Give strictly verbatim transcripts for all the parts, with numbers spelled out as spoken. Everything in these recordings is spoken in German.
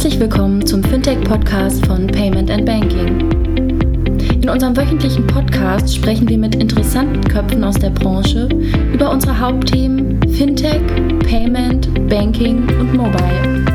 Herzlich willkommen zum Fintech-Podcast von Payment and Banking. In unserem wöchentlichen Podcast sprechen wir mit interessanten Köpfen aus der Branche über unsere Hauptthemen Fintech, Payment, Banking und Mobile.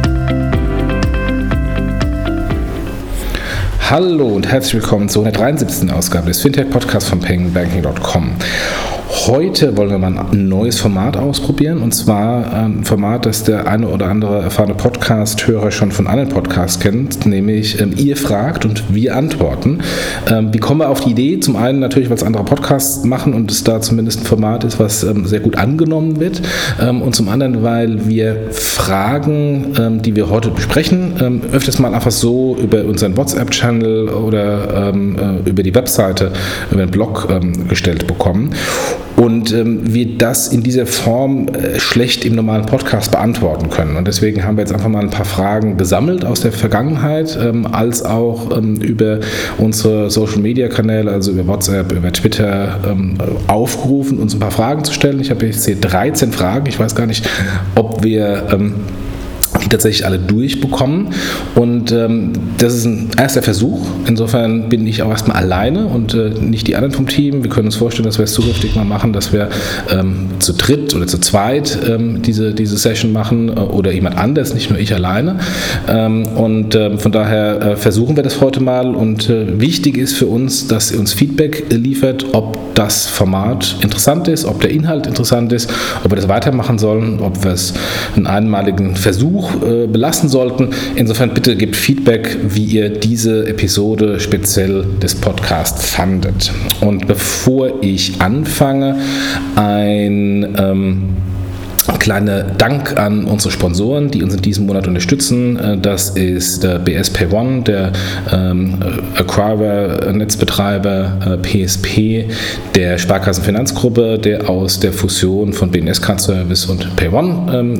Hallo und herzlich willkommen zur hundertdreiundsiebzigsten Ausgabe des Fintech-Podcasts von payment banking punkt com. Heute wollen wir mal ein neues Format ausprobieren, und zwar ein Format, das der eine oder andere erfahrene Podcast-Hörer schon von anderen Podcasts kennt, nämlich ähm, ihr fragt und wir antworten. Ähm, wie kommen wir auf die Idee? Zum einen natürlich, weil es andere Podcasts machen und es da zumindest ein Format ist, was ähm, sehr gut angenommen wird, ähm, und zum anderen, weil wir Fragen, ähm, die wir heute besprechen, ähm, öfters mal einfach so über unseren WhatsApp-Channel oder ähm, äh, über die Webseite, über den Blog ähm, gestellt bekommen. Und ähm, wir das in dieser Form äh, schlecht im normalen Podcast beantworten können. Und deswegen haben wir jetzt einfach mal ein paar Fragen gesammelt aus der Vergangenheit, ähm, als auch ähm, über unsere Social-Media-Kanäle, also über WhatsApp, über Twitter, ähm, aufgerufen, uns ein paar Fragen zu stellen. Ich habe jetzt hier dreizehn Fragen. Ich weiß gar nicht, ob wir Ähm, die tatsächlich alle durchbekommen, und ähm, das ist ein erster Versuch. Insofern bin ich auch erstmal alleine und äh, nicht die anderen vom Team. Wir können uns vorstellen, dass wir es zukünftig mal machen, dass wir ähm, zu dritt oder zu zweit ähm, diese, diese Session machen äh, oder jemand anders, nicht nur ich alleine, ähm, und äh, von daher äh, versuchen wir das heute mal, und äh, wichtig ist für uns, dass ihr uns Feedback liefert, ob das Format interessant ist, ob der Inhalt interessant ist, ob wir das weitermachen sollen, ob wir es einen einmaligen Versuch belassen sollten. Insofern bitte gebt Feedback, wie ihr diese Episode speziell des Podcasts fandet. Und bevor ich anfange, ein ähm, kleiner Dank an unsere Sponsoren, die uns in diesem Monat unterstützen. Das ist der B S Pay One, der ähm, Acquirer, Netzbetreiber äh, P S P, der Sparkassenfinanzgruppe, der aus der Fusion von B N S Card Service und Pay One ähm,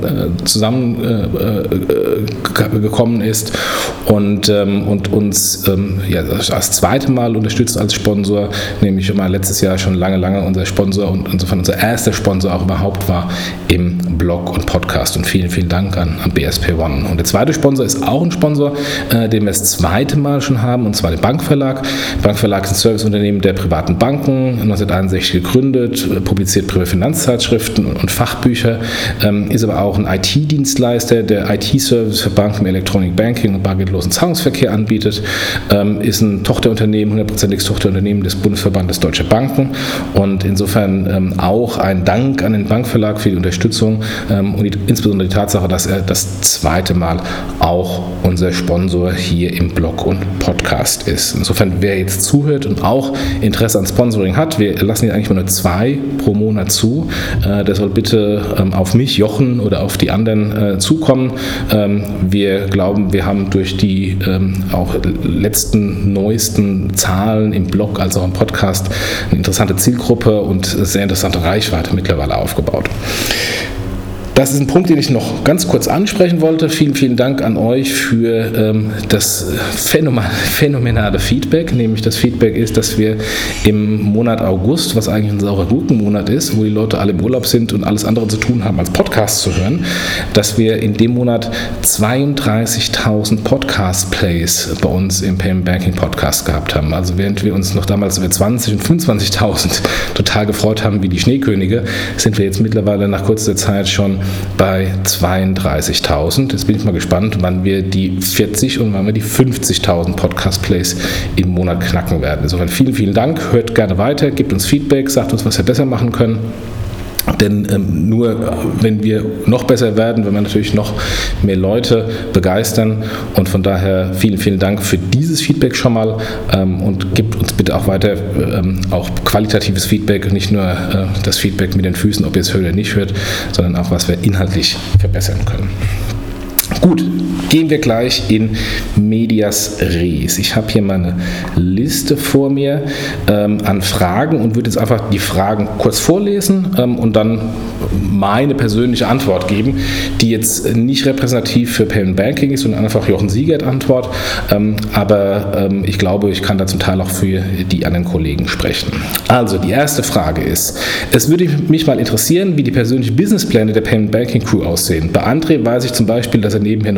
zusammengekommen äh, äh, ist und, ähm, und uns ähm, ja, das zweite Mal unterstützt als Sponsor, nämlich schon mal letztes Jahr schon lange, lange unser Sponsor und insofern unser erster Sponsor auch überhaupt war im Blog und Podcast, und vielen, vielen Dank an, an B S Pay One. Und der zweite Sponsor ist auch ein Sponsor, äh, den wir das zweite Mal schon haben, und zwar der Bankverlag. Der Bankverlag ist ein Serviceunternehmen der privaten Banken, neunzehnhunderteinundsechzig gegründet, publiziert private Finanzzeitschriften und, und Fachbücher, ähm, ist aber auch ein I T-Dienstleister, der I T-Service für Banken, Electronic Banking und bargeldlosen Zahlungsverkehr anbietet, ähm, ist ein Tochterunternehmen, hundertprozentiges Tochterunternehmen des Bundesverbandes Deutscher Banken, und insofern ähm, auch ein Dank an den Bankverlag für die Unterstützung ähm, und die, insbesondere die Tatsache, dass er das zweite Mal auch unser Sponsor hier im Blog und Podcast ist. Insofern, wer jetzt zuhört und auch Interesse an Sponsoring hat, wir lassen jetzt eigentlich nur zwei pro Monat zu, äh, der soll bitte ähm, auf mich, Jochen, oder auf die anderen äh, zukommen. Ähm, wir glauben, wir haben durch die ähm, auch letzten, neuesten Zahlen im Blog als auch im Podcast eine interessante Zielgruppe und sehr interessante Reichweite mittlerweile aufgebaut. Das ist ein Punkt, den ich noch ganz kurz ansprechen wollte. Vielen, vielen Dank an euch für ähm, das phänomenale Feedback. Nämlich das Feedback ist, dass wir im Monat August, was eigentlich ein saurer Gurkenmonat ist, wo die Leute alle im Urlaub sind und alles andere zu tun haben, als Podcasts zu hören, dass wir in dem Monat zweiunddreißigtausend Podcast-Plays bei uns im Payment Banking Podcast gehabt haben. Also während wir uns noch damals über zwanzig und fünfundzwanzigtausend total gefreut haben wie die Schneekönige, sind wir jetzt mittlerweile nach kurzer Zeit schon bei zweiunddreißigtausend. Jetzt bin ich mal gespannt, wann wir die vierzig und wann wir die fünfzigtausend Podcast-Plays im Monat knacken werden. Insofern vielen, vielen Dank. Hört gerne weiter, gebt uns Feedback, sagt uns, was wir besser machen können. Denn ähm, nur wenn wir noch besser werden, wenn wir natürlich noch mehr Leute begeistern, und von daher vielen, vielen Dank für dieses Feedback schon mal, ähm, und gebt uns bitte auch weiter ähm, auch qualitatives Feedback, nicht nur äh, das Feedback mit den Füßen, ob ihr es hört oder nicht hört, sondern auch, was wir inhaltlich verbessern können. Gut, gehen wir gleich in Medias Res. Ich habe hier meine Liste vor mir ähm, an Fragen und würde jetzt einfach die Fragen kurz vorlesen ähm, und dann meine persönliche Antwort geben, die jetzt nicht repräsentativ für Payment Banking ist, sondern einfach Jochen Siegert Antwort. Ähm, aber ähm, ich glaube, ich kann da zum Teil auch für die anderen Kollegen sprechen. Also die erste Frage ist, es würde mich mal interessieren, wie die persönlichen Businesspläne der Payment Banking Crew aussehen. Bei André weiß ich zum Beispiel, dass er nebenher noch Geschäftsführer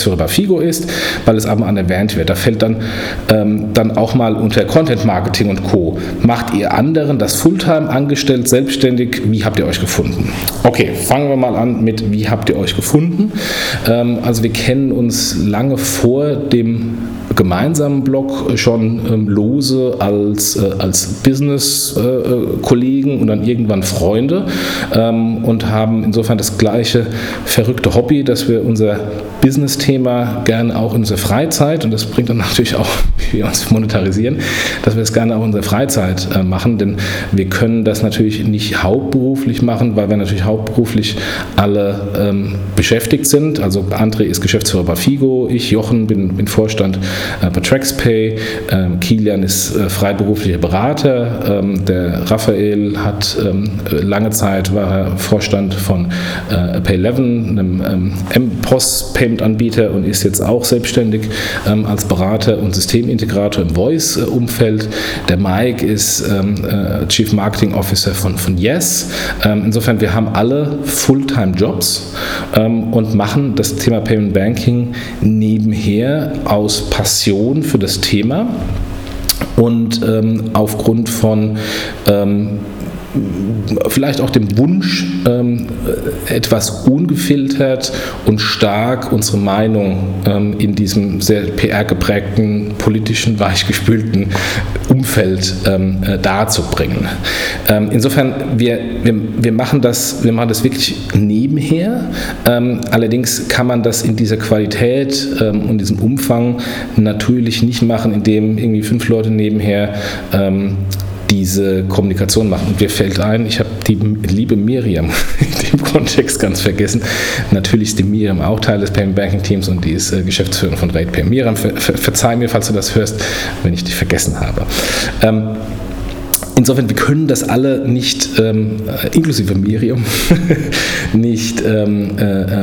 Geschäftsführer bei Figo ist, weil es ab und an erwähnt wird. Da fällt dann, ähm, dann auch mal unter Content Marketing und Co. Macht ihr anderen das Fulltime, angestellt, selbstständig? Wie habt ihr euch gefunden? Okay, fangen wir mal an mit, wie habt ihr euch gefunden? Ähm, also wir kennen uns lange vor dem gemeinsamen Blog schon ähm, lose als, äh, als Business-Kollegen äh, und dann irgendwann Freunde ähm, und haben insofern das gleiche verrückte Hobby, dass wir unser Business-Thema gerne auch in unserer Freizeit, und das bringt dann natürlich auch, wie wir uns monetarisieren, dass wir es gerne auch in unserer Freizeit äh, machen, denn wir können das natürlich nicht hauptberuflich machen, weil wir natürlich hauptberuflich alle ähm, beschäftigt sind. Also André ist Geschäftsführer bei Figo, ich, Jochen, bin, bin Vorstand äh, bei TraxPay, ähm, Kilian ist äh, freiberuflicher Berater, ähm, der Raphael hat ähm, lange Zeit war er Vorstand von äh, Pay elf, einem ähm, M-P O S-Payment-Anbieter, und ist jetzt auch selbstständig ähm, als Berater und Systemintegrator im Voice-Umfeld. Der Mike ist ähm, äh, Chief Marketing Officer von, von Yes. Ähm, insofern, wir haben alle Fulltime-Jobs ähm, und machen das Thema Payment Banking nebenher aus Passion für das Thema und ähm, aufgrund von ähm, vielleicht auch dem Wunsch, ähm, etwas ungefiltert und stark unsere Meinung ähm, in diesem sehr P R-geprägten, politischen, weichgespülten Umfeld ähm, äh, darzubringen. Ähm, insofern, wir, wir, wir, machen das, wir machen das wirklich nebenher. Ähm, allerdings kann man das in dieser Qualität ähm, und diesem Umfang natürlich nicht machen, indem irgendwie fünf Leute nebenher ähm, diese Kommunikation machen. Und mir fällt ein, ich habe die liebe Miriam in dem Kontext ganz vergessen. Natürlich ist die Miriam auch Teil des Payment Banking Teams und die ist äh, Geschäftsführerin von RatePay. Miriam, ver, ver, verzeih mir, falls du das hörst, wenn ich dich vergessen habe. Ähm, Insofern, wir können das alle nicht, ähm, inklusive Miriam, nicht ähm, äh,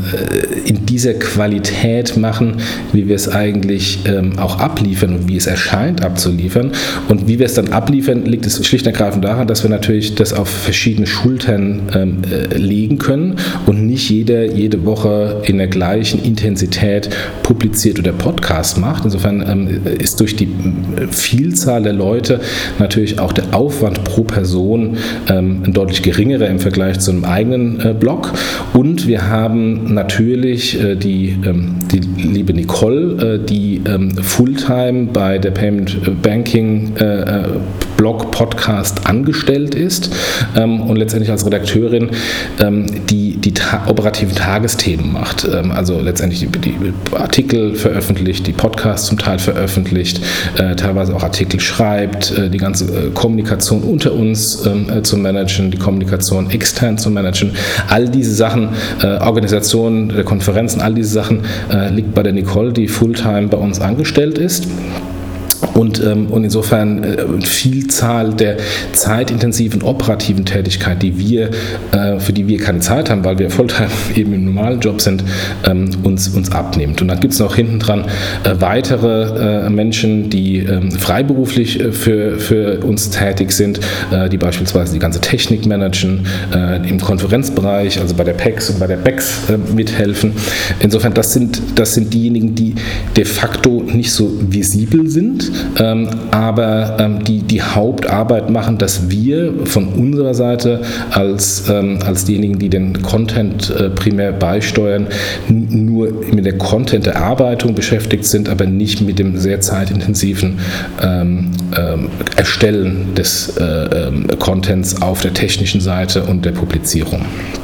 in dieser Qualität machen, wie wir es eigentlich ähm, auch abliefern und wie es erscheint abzuliefern. Und wie wir es dann abliefern, liegt es schlicht und ergreifend daran, dass wir natürlich das auf verschiedene Schultern ähm, äh, legen können und nicht jeder jede Woche in der gleichen Intensität publiziert oder Podcast macht. Insofern ähm, ist durch die Vielzahl der Leute natürlich auch der Aufwand pro Person ähm, ein deutlich geringerer im Vergleich zu einem eigenen äh, Blog. Und wir haben natürlich äh, die, ähm, die liebe Nicole, äh, die ähm, Fulltime bei der Payment Banking äh, Blog Podcast angestellt ist ähm, und letztendlich als Redakteurin ähm, die, die ta- operativen Tagesthemen macht. Ähm, also letztendlich die, die Artikel veröffentlicht, die Podcasts zum Teil veröffentlicht, äh, teilweise auch Artikel schreibt, äh, die ganze äh, Kommunikation unter uns äh, zu managen, die Kommunikation extern zu managen. All diese Sachen, äh, Organisation der Konferenzen, all diese Sachen äh, liegt bei der Nicole, die Fulltime bei uns angestellt ist. Und, ähm, und insofern äh, Vielzahl der zeitintensiven operativen Tätigkeit, die wir, äh, für die wir keine Zeit haben, weil wir Volltime eben im normalen Job sind, ähm, uns, uns abnimmt. Und dann gibt es noch hinten dran äh, weitere äh, Menschen, die äh, freiberuflich äh, für, für uns tätig sind, äh, die beispielsweise die ganze Technik managen, äh, im Konferenzbereich, also bei der P E X und bei der B E X äh, mithelfen. Insofern, das sind, das sind diejenigen, die de facto nicht so visibel sind, Ähm, aber ähm, die die Hauptarbeit machen, dass wir von unserer Seite als, ähm, als diejenigen, die den Content äh, primär beisteuern, n- nur mit der Content-Erarbeitung beschäftigt sind, aber nicht mit dem sehr zeitintensiven ähm, ähm, Erstellen des äh, ähm, Contents auf der technischen Seite und der Publizierung.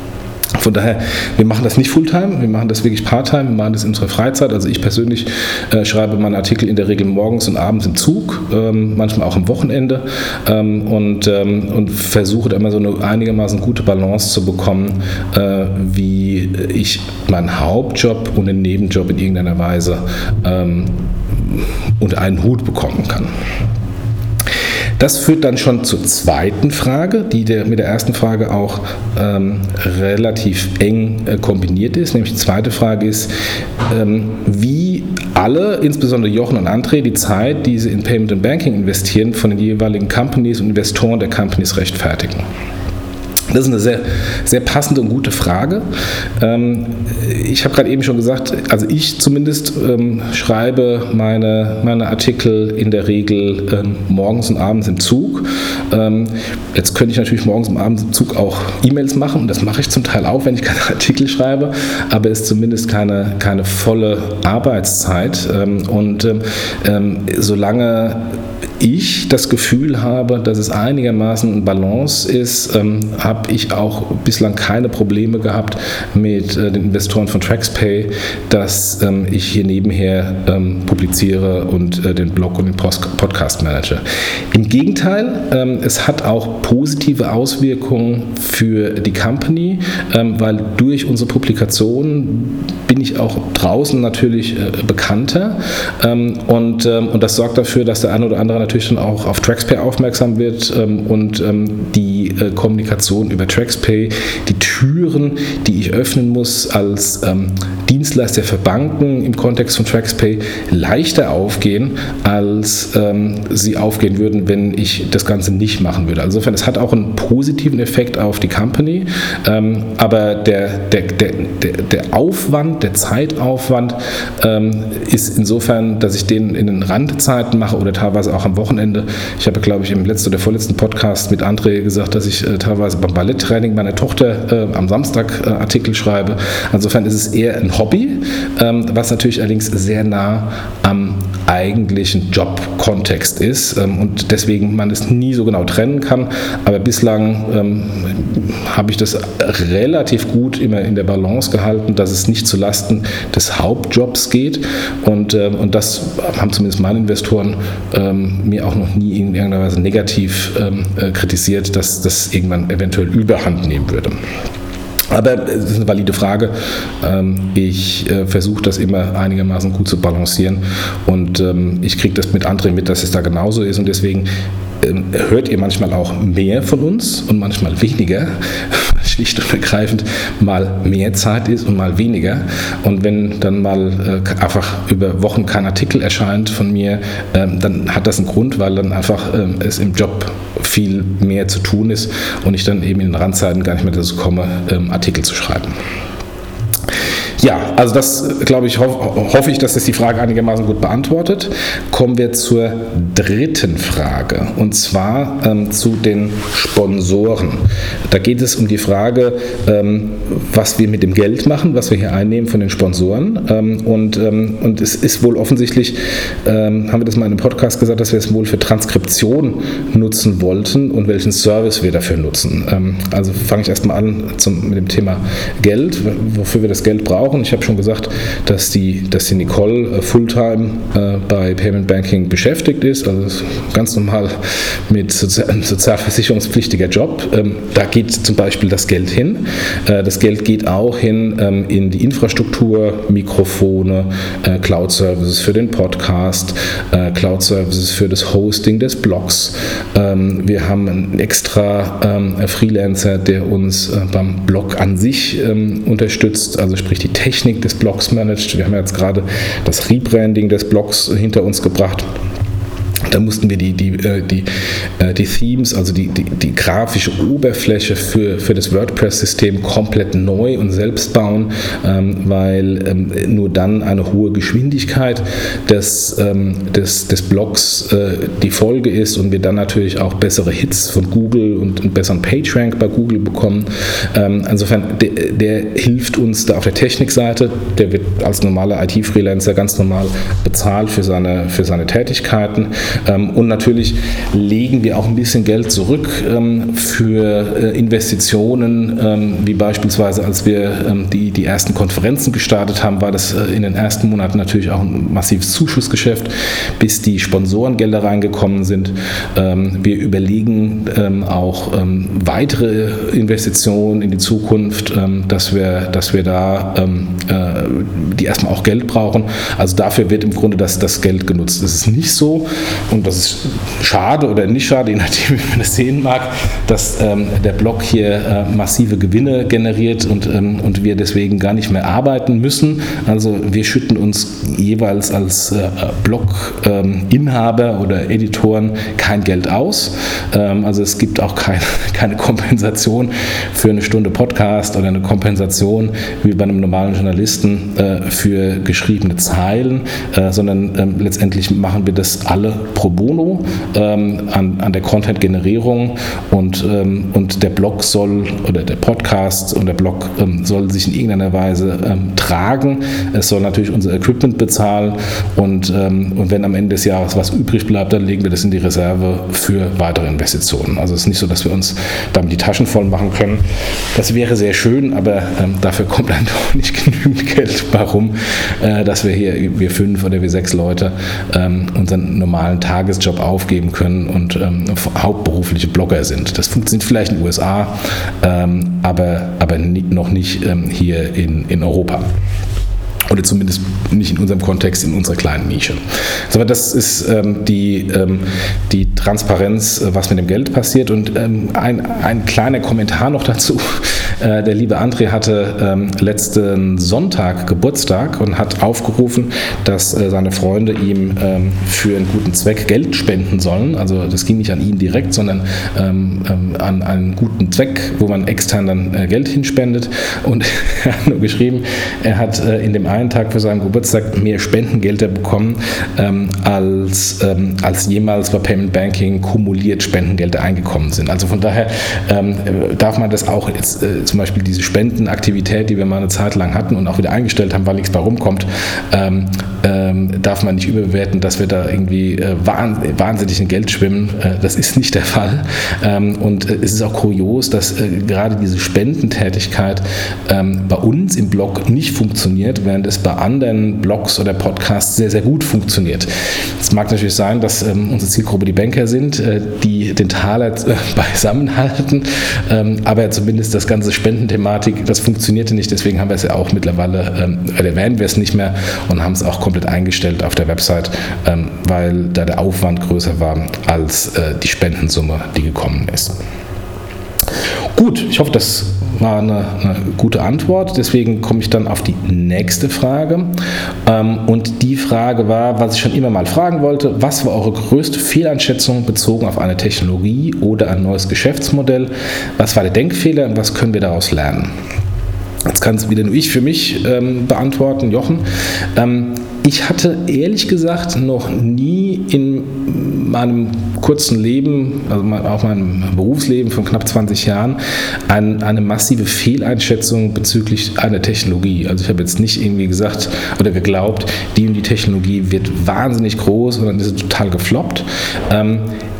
Von daher, wir machen das nicht Fulltime, wir machen das wirklich Part-Time, wir machen das in unserer Freizeit. Also ich persönlich äh, schreibe meine Artikel in der Regel morgens und abends im Zug, ähm, manchmal auch am Wochenende ähm, und, ähm, und versuche da immer so eine einigermaßen gute Balance zu bekommen, äh, wie ich meinen Hauptjob und den Nebenjob in irgendeiner Weise ähm, unter einen Hut bekommen kann. Das führt dann schon zur zweiten Frage, die der, mit der ersten Frage auch ähm, relativ eng äh, kombiniert ist. Nämlich die zweite Frage ist, ähm, wie alle, insbesondere Jochen und André, die Zeit, die sie in Payment and Banking investieren, von den jeweiligen Companies und Investoren der Companies rechtfertigen. Das ist eine sehr, sehr passende und gute Frage. Ähm, ich habe gerade eben schon gesagt, also ich zumindest ähm, schreibe meine, meine Artikel in der Regel ähm, morgens und abends im Zug. Ähm, jetzt könnte ich natürlich morgens und abends im Zug auch E-Mails machen und das mache ich zum Teil auch, wenn ich keine Artikel schreibe, aber es ist zumindest keine, keine volle Arbeitszeit. Ähm, und ähm, solange ich das Gefühl habe, dass es einigermaßen ein Balance ist, ähm, habe ich auch bislang keine Probleme gehabt mit äh, den Investoren von TraxPay, dass ähm, ich hier nebenher ähm, publiziere und äh, den Blog und den Post- Podcast manage. Im Gegenteil, ähm, es hat auch positive Auswirkungen für die Company, ähm, weil durch unsere Publikationen bin ich auch draußen natürlich äh, bekannter ähm, und, ähm, und das sorgt dafür, dass der eine oder andere natürlich dann auch auf TraxPay aufmerksam wird ähm, und ähm, die äh, Kommunikation über TraxPay, die Türen, die ich öffnen muss als ähm, Dienstleister für Banken im Kontext von TraxPay, leichter aufgehen, als ähm, sie aufgehen würden, wenn ich das Ganze nicht machen würde. Also insofern, es hat auch einen positiven Effekt auf die Company, ähm, aber der, der, der, der, der Aufwand, der Zeitaufwand ähm, ist insofern, dass ich den in den Randzeiten mache oder teilweise auch am Wochenende. Ich habe, glaube ich, im letzten oder vorletzten Podcast mit André gesagt, dass ich äh, teilweise beim Balletttraining meiner Tochter äh, am Samstag äh, Artikel schreibe. Insofern ist es eher ein Hobby, ähm, was natürlich allerdings sehr nah am eigentlichen Jobkontext ist ähm, und deswegen man es nie so genau trennen kann. Aber bislang ähm, habe ich das relativ gut immer in der Balance gehalten, dass es nicht zulasten des Hauptjobs geht und, ähm, und das haben zumindest meine Investoren ähm, mir auch noch nie in irgendeiner Weise negativ ähm, äh, kritisiert, dass das irgendwann eventuell Überhand nehmen würde. Aber es ist eine valide Frage. Ich versuche das immer einigermaßen gut zu balancieren und ich kriege das mit anderen mit, dass es da genauso ist und deswegen hört ihr manchmal auch mehr von uns und manchmal weniger, schlicht und ergreifend mal mehr Zeit ist und mal weniger. Und wenn dann mal äh, einfach über Wochen kein Artikel erscheint von mir, ähm, dann hat das einen Grund, weil dann einfach ähm, es im Job viel mehr zu tun ist und ich dann eben in den Randzeiten gar nicht mehr dazu komme, ähm, Artikel zu schreiben. Ja, also das, glaube ich, hoff, hoffe ich, dass das die Frage einigermaßen gut beantwortet. Kommen wir zur dritten Frage und zwar ähm, zu den Sponsoren. Da geht es um die Frage, ähm, was wir mit dem Geld machen, was wir hier einnehmen von den Sponsoren. Ähm, und, ähm, und es ist wohl offensichtlich, ähm, haben wir das mal in einem Podcast gesagt, dass wir es wohl für Transkription nutzen wollten und welchen Service wir dafür nutzen. Ähm, also fange ich erstmal an zum, mit dem Thema Geld, wofür wir das Geld brauchen. Ich habe schon gesagt, dass die, dass die Nicole äh, Fulltime äh, bei Payment Banking beschäftigt ist, also ganz normal mit sozial, sozialversicherungspflichtiger Job. Ähm, da geht zum Beispiel das Geld hin. Äh, das Geld geht auch hin ähm, in die Infrastruktur, Mikrofone, äh, Cloud-Services für den Podcast, äh, Cloud-Services für das Hosting des Blogs. Ähm, wir haben einen extra ähm, Freelancer, der uns äh, beim Blog an sich ähm, unterstützt, also sprich die Technik des Blogs managt. Wir haben jetzt gerade das Rebranding des Blogs hinter uns gebracht. Da mussten wir die, die, die, die Themes, also die, die, die grafische Oberfläche für, für das WordPress-System komplett neu und selbst bauen, ähm, weil ähm, nur dann eine hohe Geschwindigkeit des, ähm, des, des Blogs äh, die Folge ist und wir dann natürlich auch bessere Hits von Google und einen besseren PageRank bei Google bekommen. Ähm, insofern, der, der hilft uns da auf der Technikseite. Der wird als normaler I T-Freelancer ganz normal bezahlt für seine, für seine Tätigkeiten. Und natürlich legen wir auch ein bisschen Geld zurück für Investitionen, wie beispielsweise als wir die, die ersten Konferenzen gestartet haben, war das in den ersten Monaten natürlich auch ein massives Zuschussgeschäft, bis die Sponsorengelder reingekommen sind. Wir überlegen auch weitere Investitionen in die Zukunft, dass wir, dass wir da die erstmal auch Geld brauchen. Also dafür wird im Grunde das, das Geld genutzt. Es ist nicht so, und das ist schade oder nicht schade, je nachdem, wie man das sehen mag, dass ähm, der Blog hier äh, massive Gewinne generiert und, ähm, und wir deswegen gar nicht mehr arbeiten müssen. Also wir schütten uns jeweils als äh, Blog-Inhaber ähm, oder Editoren kein Geld aus. Ähm, also es gibt auch kein, keine Kompensation für eine Stunde Podcast oder eine Kompensation wie bei einem normalen Journalisten äh, für geschriebene Zeilen, äh, sondern ähm, letztendlich machen wir das alle pro bono ähm, an, an der Content-Generierung und, ähm, und der Blog soll oder der Podcast und der Blog ähm, soll sich in irgendeiner Weise ähm, tragen. Es soll natürlich unser Equipment bezahlen und, ähm, und wenn am Ende des Jahres was übrig bleibt, dann legen wir das in die Reserve für weitere Investitionen. Also es ist nicht so, dass wir uns damit die Taschen voll machen können. Das wäre sehr schön, aber ähm, dafür kommt dann doch nicht genügend Geld warum, äh, dass wir hier, wir fünf oder wir sechs Leute, ähm, unseren normalen Tagesjob aufgeben können und ähm, hauptberufliche Blogger sind. Das funktioniert vielleicht in den U S A, ähm, aber, aber nie, noch nicht ähm, hier in, in Europa. Oder zumindest nicht in unserem Kontext, in unserer kleinen Nische. Aber das ist ähm, die, ähm, die Transparenz, was mit dem Geld passiert. Und ähm, ein, ein kleiner Kommentar noch dazu. Äh, der liebe André hatte ähm, letzten Sonntag Geburtstag und hat aufgerufen, dass äh, seine Freunde ihm ähm, für einen guten Zweck Geld spenden sollen. Also das ging nicht an ihn direkt, sondern ähm, ähm, an einen guten Zweck, wo man extern dann äh, Geld hinspendet. Und er hat nur geschrieben, er hat äh, in dem einen Tag für seinen Geburtstag mehr Spendengelder bekommen, ähm, als, ähm, als jemals bei Payment Banking kumuliert Spendengelder eingekommen sind. Also von daher ähm, darf man das auch jetzt, äh, zum Beispiel diese Spendenaktivität, die wir mal eine Zeit lang hatten und auch wieder eingestellt haben, weil nichts bei rumkommt, ähm, ähm, darf man nicht überbewerten, dass wir da irgendwie äh, wahnsinnig in Geld schwimmen. Äh, das ist nicht der Fall. Ähm, und äh, es ist auch kurios, dass äh, gerade diese Spendentätigkeit ähm, bei uns im Blog nicht funktioniert, während es bei anderen Blogs oder Podcasts sehr, sehr gut funktioniert. Es mag natürlich sein, dass ähm, unsere Zielgruppe die Banker sind, äh, die den Taler äh, beisammenhalten, ähm, aber zumindest das ganze Spendenthematik, das funktionierte nicht, deswegen haben wir es ja auch mittlerweile, ähm, oder werden wir es nicht mehr und haben es auch komplett eingestellt auf der Website, ähm, weil da der Aufwand größer war als äh, die Spendensumme, die gekommen ist. Gut, ich hoffe, das war eine, eine gute Antwort. Deswegen komme ich dann auf die nächste Frage. Ähm, und die Frage war, was ich schon immer mal fragen wollte, was war eure größte Fehleinschätzung bezogen auf eine Technologie oder ein neues Geschäftsmodell? Was war der Denkfehler und was können wir daraus lernen? Jetzt kann es wieder nur ich für mich ähm, beantworten, Jochen. Ähm, ich hatte ehrlich gesagt noch nie in meinem kurzen Leben, also auch meinem Berufsleben von knapp zwanzig Jahren, ein, eine massive Fehleinschätzung bezüglich einer Technologie. Also ich habe jetzt nicht irgendwie gesagt oder geglaubt, die und die Technologie wird wahnsinnig groß und dann ist sie total gefloppt. Ähm,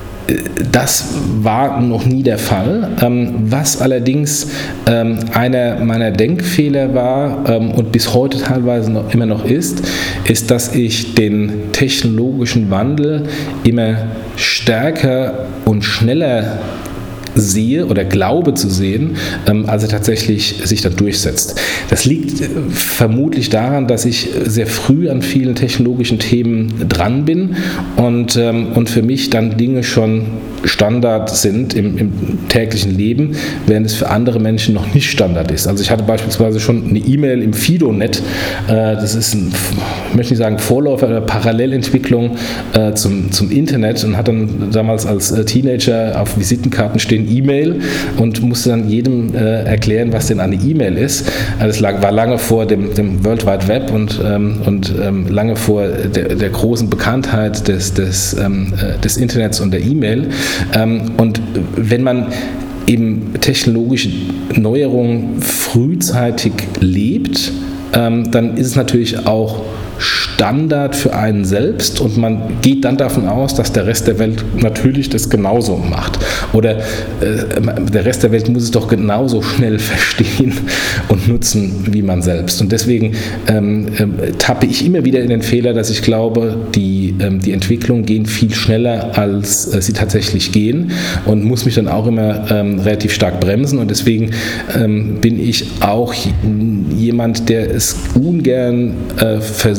Das war noch nie der Fall. Was allerdings einer meiner Denkfehler war und bis heute teilweise noch, immer noch ist, ist, dass ich den technologischen Wandel immer stärker und schneller sehe oder glaube zu sehen, ähm, als er tatsächlich sich dann durchsetzt. Das liegt äh, vermutlich daran, dass ich sehr früh an vielen technologischen Themen dran bin und, ähm, und für mich dann Dinge schon Standard sind im, im täglichen Leben, während es für andere Menschen noch nicht Standard ist. Also ich hatte beispielsweise schon eine E-Mail im FidoNet, äh, das ist ein, ich möchte nicht sagen Vorläufer oder Parallelentwicklung äh, zum, zum Internet und hat dann damals als äh, Teenager auf Visitenkarten stehen E-Mail und musste dann jedem äh, erklären, was denn eine E-Mail ist. Das lag, war lange vor dem, dem World Wide Web und, ähm, und ähm, lange vor der, der großen Bekanntheit des, des, ähm, des Internets und der E-Mail. Ähm, und wenn man eben technologische Neuerungen frühzeitig lebt, ähm, dann ist es natürlich auch Standard für einen selbst und man geht dann davon aus, dass der Rest der Welt natürlich das genauso macht. Oder äh, der Rest der Welt muss es doch genauso schnell verstehen und nutzen wie man selbst. Und deswegen ähm, äh, tappe ich immer wieder in den Fehler, dass ich glaube, die, ähm, die Entwicklungen gehen viel schneller, als äh, sie tatsächlich gehen und muss mich dann auch immer ähm, relativ stark bremsen. Und deswegen ähm, bin ich auch jemand, der es ungern äh, versucht,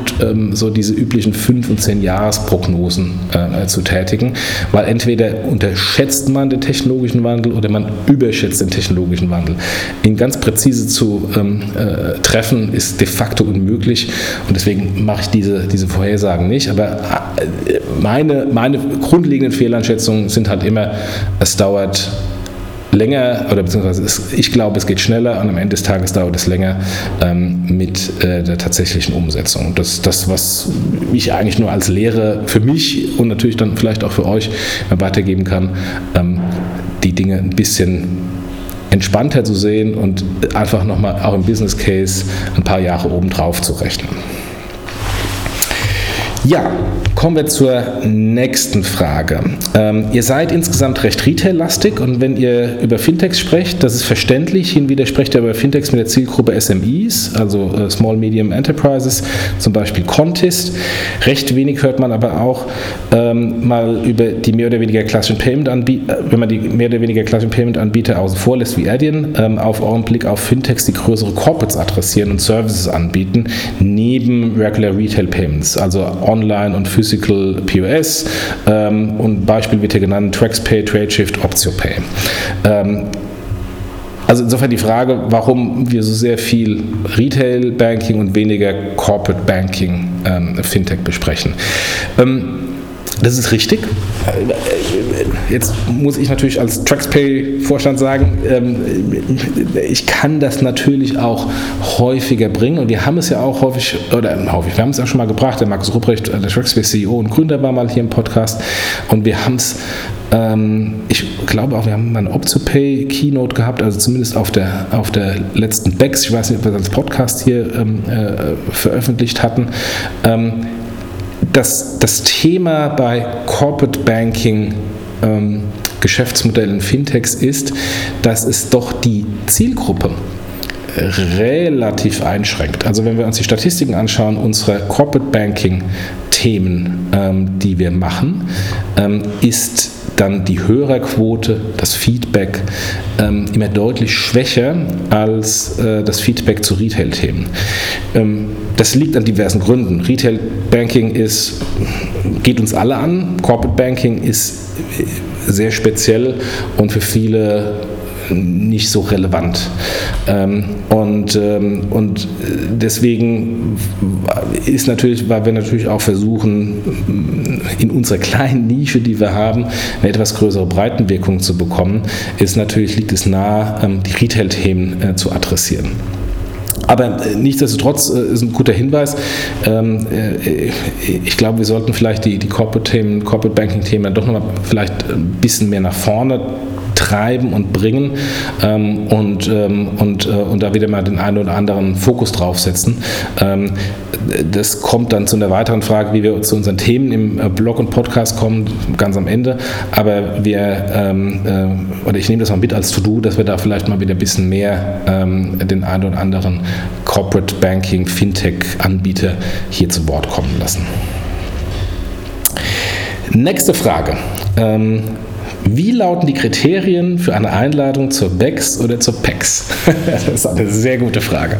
versucht, ähm, so diese üblichen fünf- und zehn-Jahres-Prognosen äh, zu tätigen, weil entweder unterschätzt man den technologischen Wandel oder man überschätzt den technologischen Wandel. Ihn ganz präzise zu ähm, äh, treffen, ist de facto unmöglich und deswegen mache ich diese, diese Vorhersagen nicht, aber äh, meine, meine grundlegenden Fehleinschätzungen sind halt immer, es dauert länger, oder beziehungsweise es, ich glaube, es geht schneller und am Ende des Tages dauert es länger ähm, mit äh, der tatsächlichen Umsetzung. Das ist das, was ich eigentlich nur als Lehre für mich und natürlich dann vielleicht auch für euch weitergeben kann, ähm, die Dinge ein bisschen entspannter zu sehen und einfach nochmal auch im Business Case ein paar Jahre obendrauf zu rechnen. Ja, kommen wir zur nächsten Frage. Ähm, ihr seid insgesamt recht Retail-lastig und wenn ihr über Fintechs sprecht, das ist verständlich, hin und wieder sprecht ihr über Fintechs mit der Zielgruppe S M Es, also äh, Small Medium Enterprises, zum Beispiel Contist. Recht wenig hört man aber auch ähm, mal über die mehr oder weniger klassischen Payment-Anbieter, wenn man die mehr oder weniger klassischen Payment-Anbieter außen vor lässt wie Adyen, ähm, auf euren Blick auf Fintechs, die größere Corporates adressieren und Services anbieten, neben Regular Retail Payments, also Online und Physical P O S ähm, und Beispiel wird hier genannt TraxPay, TradeShift, OptioPay. Ähm, also insofern die Frage, warum wir so sehr viel Retail Banking und weniger Corporate Banking ähm, Fintech besprechen. Ähm, Das ist richtig. Jetzt muss ich natürlich als TraxPay-Vorstand sagen, ich kann das natürlich auch häufiger bringen und wir haben es ja auch häufig, oder häufig, wir haben es auch schon mal gebracht, der Markus Rupprecht, der TraxPay-C E O und Gründer war mal hier im Podcast und wir haben es, ich glaube auch, wir haben mal eine OptioPay-Keynote gehabt, also zumindest auf der, auf der letzten B E X, ich weiß nicht, ob wir das als Podcast hier äh, veröffentlicht hatten. Ähm, Das, das Thema bei Corporate Banking ähm, Geschäftsmodellen Fintechs ist, dass es doch die Zielgruppe relativ einschränkt. Also wenn wir uns die Statistiken anschauen, unsere Corporate Banking Themen, ähm, die wir machen, ähm, ist dann die Hörerquote, das Feedback ähm, immer deutlich schwächer als äh, das Feedback zu Retail-Themen. Ähm, das liegt an diversen Gründen. Retail-Banking ist, geht uns alle an, Corporate Banking ist sehr speziell und für viele nicht so relevant. Ähm, und, ähm, und deswegen ist natürlich, weil wir natürlich auch versuchen, in unserer kleinen Nische, die wir haben, eine etwas größere Breitenwirkung zu bekommen, ist natürlich, liegt es nahe, ähm, die Retail-Themen äh, zu adressieren. Aber nichtsdestotrotz äh, ist ein guter Hinweis. Ähm, äh, ich glaube, wir sollten vielleicht die, die Corporate-Themen, Corporate-Banking-Themen doch nochmal vielleicht ein bisschen mehr nach vorne treiben und bringen ähm, und, ähm, und, äh, und da wieder mal den einen oder anderen Fokus draufsetzen. Ähm, das kommt dann zu einer weiteren Frage, wie wir zu unseren Themen im äh, Blog und Podcast kommen, ganz am Ende. Aber wir, ähm, äh, oder ich nehme das mal mit als To-Do, dass wir da vielleicht mal wieder ein bisschen mehr ähm, den einen oder anderen Corporate Banking, Fintech-Anbieter hier zu Wort kommen lassen. Nächste Frage. Ähm, Wie lauten die Kriterien für eine Einladung zur B E X oder zur P E X? Das ist eine sehr gute Frage.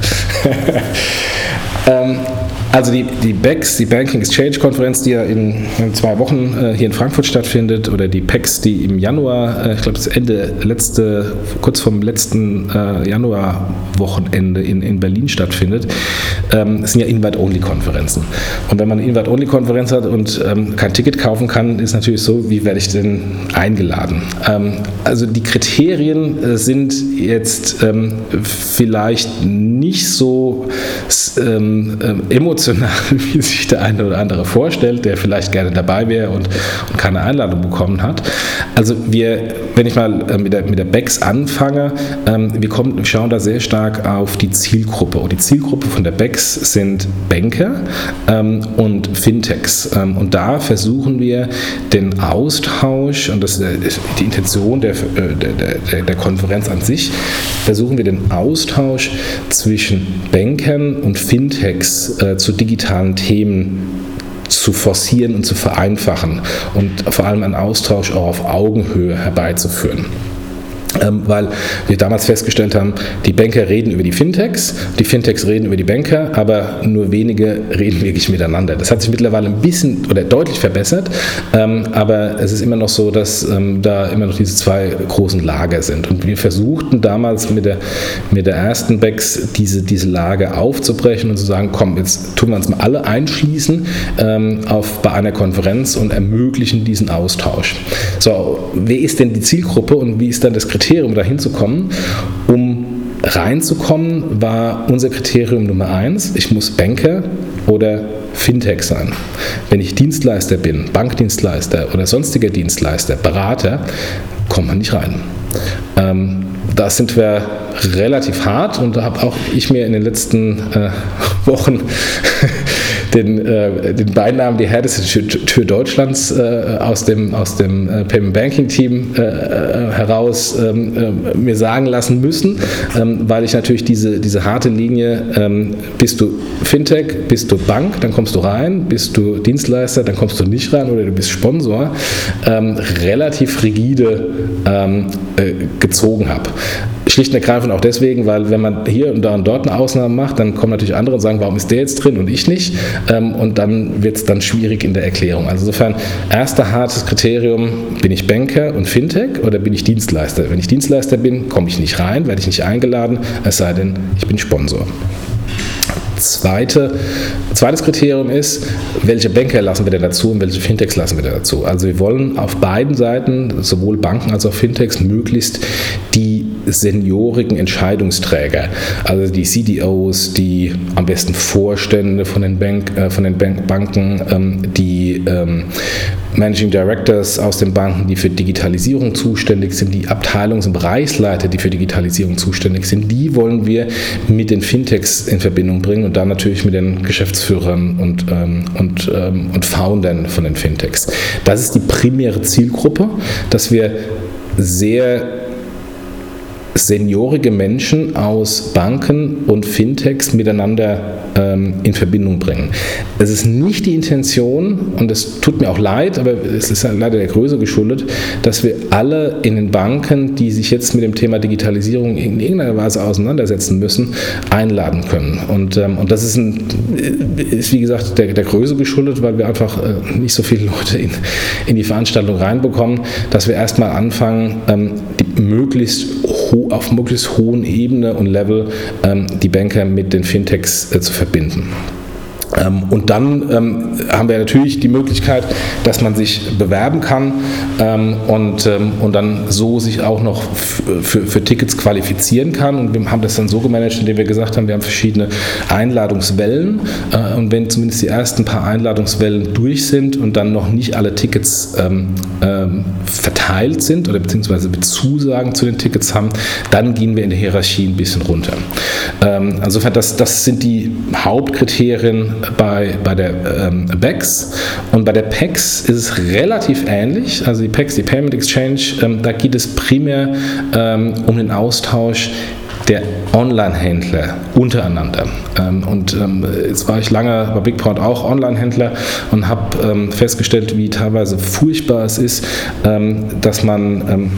ähm, Also die, die B E X, die Banking Exchange Konferenz, die ja in, in zwei Wochen äh, hier in Frankfurt stattfindet, oder die P E X, die im Januar, äh, ich glaube das Ende letzte, kurz vom letzten äh, Januarwochenende in, in Berlin stattfindet, ähm, sind ja Invite-Only-Konferenzen. Und wenn man eine Invite-Only-Konferenz hat und ähm, kein Ticket kaufen kann, ist natürlich so, wie werde ich denn eingeladen? Ähm, also die Kriterien äh, sind jetzt ähm, vielleicht nicht so ähm, emotional, wie sich der eine oder andere vorstellt, der vielleicht gerne dabei wäre und, und keine Einladung bekommen hat. Also wir, wenn ich mal äh, mit, der, mit der B E X anfange, ähm, wir, kommen, wir schauen da sehr stark auf die Zielgruppe. Und die Zielgruppe von der B E X sind Banker ähm, und Fintechs. Ähm, und da versuchen wir den Austausch, und das ist die Intention der, der, der, der Konferenz an sich, versuchen wir den Austausch zwischen Bankern und Fintechs äh, zu digitalen Themen zu forcieren und zu vereinfachen und vor allem einen Austausch auch auf Augenhöhe herbeizuführen. Ähm, weil wir damals festgestellt haben, die Banker reden über die Fintechs, die Fintechs reden über die Banker, aber nur wenige reden wirklich miteinander. Das hat sich mittlerweile ein bisschen oder deutlich verbessert, ähm, aber es ist immer noch so, dass ähm, da immer noch diese zwei großen Lager sind. Und wir versuchten damals mit der, mit der ersten B E X diese, diese Lager aufzubrechen und zu sagen, komm, jetzt tun wir uns mal alle einschließen ähm, auf, bei einer Konferenz und ermöglichen diesen Austausch. So, wer ist denn die Zielgruppe und wie ist dann das Kriterium, um da hinzukommen? Um reinzukommen, war unser Kriterium Nummer eins, ich muss Banker oder Fintech sein. Wenn ich Dienstleister bin, Bankdienstleister oder sonstiger Dienstleister, Berater, kommt man nicht rein. Ähm, da sind wir relativ hart und da habe auch ich mir in den letzten äh, Wochen den, äh, den Beinamen die härteste Tür, Tür Deutschlands äh, aus dem, aus dem äh, Payment Banking Team äh, heraus ähm, äh, mir sagen lassen müssen, ähm, weil ich natürlich diese, diese harte Linie, ähm, bist du Fintech, bist du Bank, dann kommst du rein, bist du Dienstleister, dann kommst du nicht rein oder du bist Sponsor, ähm, relativ rigide ähm, äh, gezogen habe. Schlicht und ergreifend auch deswegen, weil wenn man hier und da und dort eine Ausnahme macht, dann kommen natürlich andere und sagen, warum ist der jetzt drin und ich nicht? Ähm, und dann wird es dann schwierig in der Erklärung. Also insofern, erster hartes Kriterium, bin ich Banker und Fintech oder bin ich Dienstleister? Wenn ich Dienstleister bin, komme ich nicht rein, werde ich nicht eingeladen, es sei denn, ich bin Sponsor. Zweite, zweites Kriterium ist, welche Banker lassen wir denn dazu und welche Fintechs lassen wir denn dazu. Also wir wollen auf beiden Seiten, sowohl Banken als auch Fintechs, möglichst die seniorigen Entscheidungsträger, also die C D Os, die am besten Vorstände von den, Bank, äh, von den Bank, Banken, ähm, die ähm, Managing Directors aus den Banken, die für Digitalisierung zuständig sind, die Abteilungs- und Bereichsleiter, die für Digitalisierung zuständig sind, die wollen wir mit den Fintechs in Verbindung bringen und dann natürlich mit den Geschäftsführern und, ähm, und, ähm, und Foundern von den Fintechs. Das ist die primäre Zielgruppe, dass wir sehr seniorige Menschen aus Banken und Fintechs miteinander ähm, in Verbindung bringen. Es ist nicht die Intention, und es tut mir auch leid, aber es ist leider der Größe geschuldet, dass wir alle in den Banken, die sich jetzt mit dem Thema Digitalisierung in irgendeiner Weise auseinandersetzen müssen, einladen können. Und, ähm, und das ist, ein, ist, wie gesagt, der, der Größe geschuldet, weil wir einfach äh, nicht so viele Leute in, in die Veranstaltung reinbekommen, dass wir erstmal anfangen, ähm, die möglichst ho- auf möglichst hohen Ebene und Level ähm, die Banker mit den Fintechs äh, zu verbinden. Ähm, und dann ähm, haben wir natürlich die Möglichkeit, dass man sich bewerben kann ähm, und, ähm, und dann so sich auch noch f- für, für Tickets qualifizieren kann. Und wir haben das dann so gemanagt, indem wir gesagt haben, wir haben verschiedene Einladungswellen äh, und wenn zumindest die ersten paar Einladungswellen durch sind und dann noch nicht alle Tickets ähm, ähm, verteilt sind oder beziehungsweise Zusagen zu den Tickets haben, dann gehen wir in der Hierarchie ein bisschen runter. Ähm, insofern, das, das sind die Hauptkriterien bei, bei der ähm, B E X. Und bei der P E X ist es relativ ähnlich. Also die P E X, die Payment Exchange, ähm, da geht es primär ähm, um den Austausch der Online-Händler untereinander. Ähm, und ähm, jetzt war ich lange bei BigPoint auch Online-Händler und habe ähm, festgestellt, wie teilweise furchtbar es ist, ähm, dass man ähm,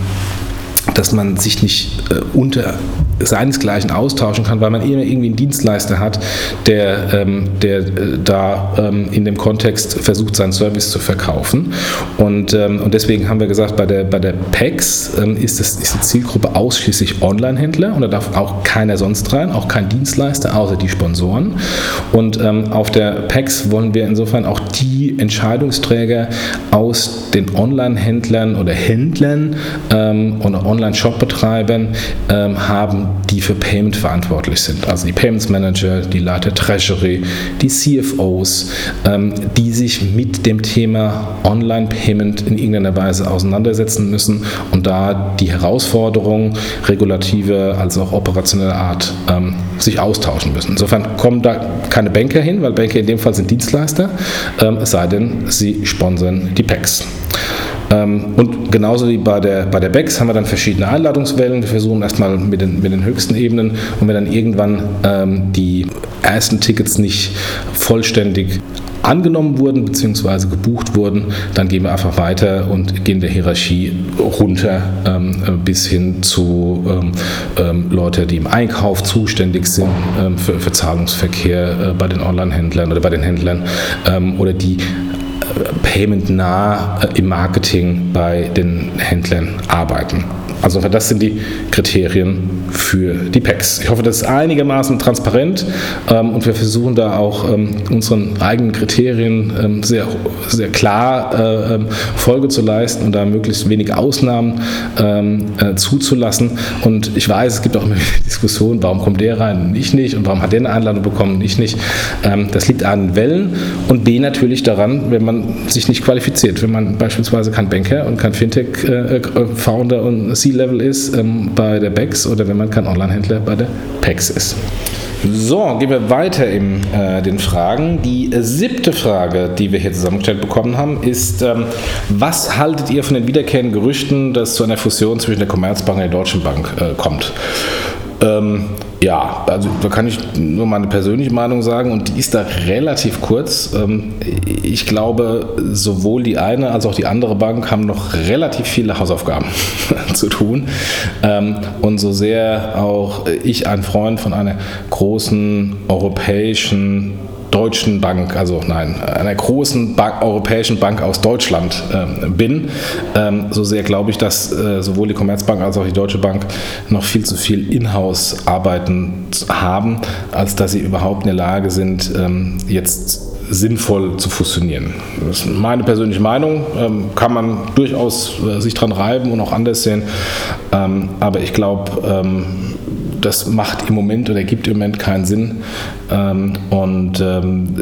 dass man sich nicht äh, unter seinesgleichen austauschen kann, weil man immer irgendwie einen Dienstleister hat, der, ähm, der äh, da ähm, in dem Kontext versucht, seinen Service zu verkaufen. Und, ähm, und deswegen haben wir gesagt, bei der, bei der P E X ähm, ist, das, ist die Zielgruppe ausschließlich Online-Händler und da darf auch keiner sonst rein, auch kein Dienstleister, außer die Sponsoren. Und ähm, auf der P E X wollen wir insofern auch die Entscheidungsträger aus den Online-Händlern oder Händlern ähm, oder Online-Shop-Betreibern ähm, haben, die für Payment verantwortlich sind. Also die Payments Manager, die Leiter Treasury, die C F Os, ähm, die sich mit dem Thema Online-Payment in irgendeiner Weise auseinandersetzen müssen und da die Herausforderungen regulative als auch operationelle Art ähm, sich austauschen müssen. Insofern kommen da keine Banker hin, weil Banker in dem Fall sind Dienstleister, ähm, es sei denn, sie sponsern die P E X. Ähm, und genauso wie bei der, bei der B E X haben wir dann verschiedene Einladungswellen. Wir versuchen erstmal mit den, mit den höchsten Ebenen, und wenn dann irgendwann ähm, die ersten Tickets nicht vollständig angenommen wurden bzw. gebucht wurden, dann gehen wir einfach weiter und gehen der Hierarchie runter ähm, bis hin zu ähm, ähm, Leute, die im Einkauf zuständig sind ähm, für, für Zahlungsverkehr äh, bei den Online-Händlern oder bei den Händlern ähm, oder die payment-nah im Marketing bei den Händlern arbeiten. Also das sind die Kriterien für die P E X. Ich hoffe, das ist einigermaßen transparent ähm, und wir versuchen da auch ähm, unseren eigenen Kriterien ähm, sehr, sehr klar äh, Folge zu leisten und da möglichst wenig Ausnahmen ähm, äh, zuzulassen. Und ich weiß, es gibt auch immer wieder Diskussionen, warum kommt der rein und ich nicht und warum hat der eine Einladung bekommen und ich nicht. Ähm, das liegt A an den Wellen und B natürlich daran, wenn man sich nicht qualifiziert. Wenn man beispielsweise kein Banker und kein Fintech-Founder äh, und C-Level ist ähm, bei der B E X oder wenn man kein Online-Händler bei der P E X ist. So, gehen wir weiter in äh, den Fragen. Die äh, siebte Frage, die wir hier zusammengestellt bekommen haben, ist, ähm, was haltet ihr von den wiederkehrenden Gerüchten, dass zu einer Fusion zwischen der Commerzbank und der Deutschen Bank äh, kommt? Ähm, ja, also da kann ich nur meine persönliche Meinung sagen und die ist da relativ kurz. Ähm, ich glaube, sowohl die eine als auch die andere Bank haben noch relativ viele Hausaufgaben zu tun. Ähm, und so sehr auch ich ein Freund von einer großen europäischen Deutschen Bank, also nein, einer großen Bank, europäischen Bank aus Deutschland äh, bin, ähm, so sehr glaube ich, dass äh, sowohl die Commerzbank als auch die Deutsche Bank noch viel zu viel in-house arbeiten haben, als dass sie überhaupt in der Lage sind, ähm, jetzt sinnvoll zu fusionieren. Das ist meine persönliche Meinung, ähm, kann man durchaus äh, sich dran reiben und auch anders sehen, ähm, aber ich glaube, ähm, das macht im Moment oder gibt im Moment keinen Sinn ähm, und ähm,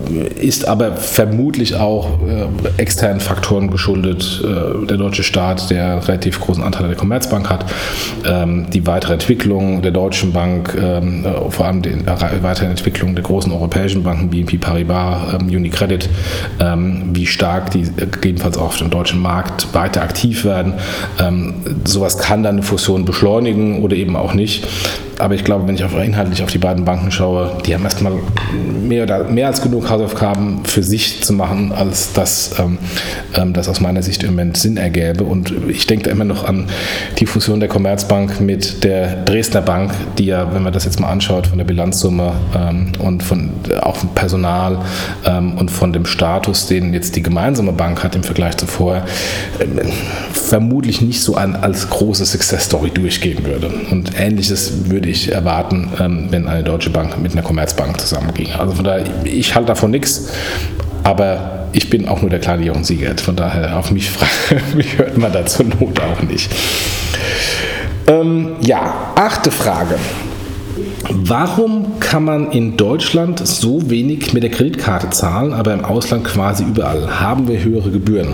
ist aber vermutlich auch äh, externen Faktoren geschuldet. Äh, der deutsche Staat, der einen relativ großen Anteil an der Commerzbank hat, ähm, die weitere Entwicklung der Deutschen Bank, ähm, äh, vor allem die äh, weitere Entwicklung der großen europäischen Banken, B N P Paribas, ähm, UniCredit, ähm, wie stark die äh, gegebenenfalls auch auf dem deutschen Markt weiter aktiv werden. Ähm, sowas kann dann eine Fusion beschleunigen oder eben auch nicht. Aber ich glaube, wenn ich auf, inhaltlich auf die beiden Banken schaue, die haben erstmal mehr, oder mehr als genug Hausaufgaben für sich zu machen, als dass ähm, das aus meiner Sicht im Moment Sinn ergäbe. Und ich denke da immer noch an die Fusion der Commerzbank mit der Dresdner Bank, die ja, wenn man das jetzt mal anschaut, von der Bilanzsumme ähm, und von auch vom Personal ähm, und von dem Status, den jetzt die gemeinsame Bank hat im Vergleich zu vorher, ähm, vermutlich nicht so an, als große Success-Story durchgehen würde. Und Ähnliches würde ich erwarten, wenn eine Deutsche Bank mit einer Commerzbank zusammenging. Also von daher, ich halte davon nichts, aber ich bin auch nur der kleine Jochen Siegert. Von daher, auf mich, mich hört man da zur Not auch nicht. Ähm, ja, achte Frage. Warum kann man in Deutschland so wenig mit der Kreditkarte zahlen, aber im Ausland quasi überall? Haben wir höhere Gebühren?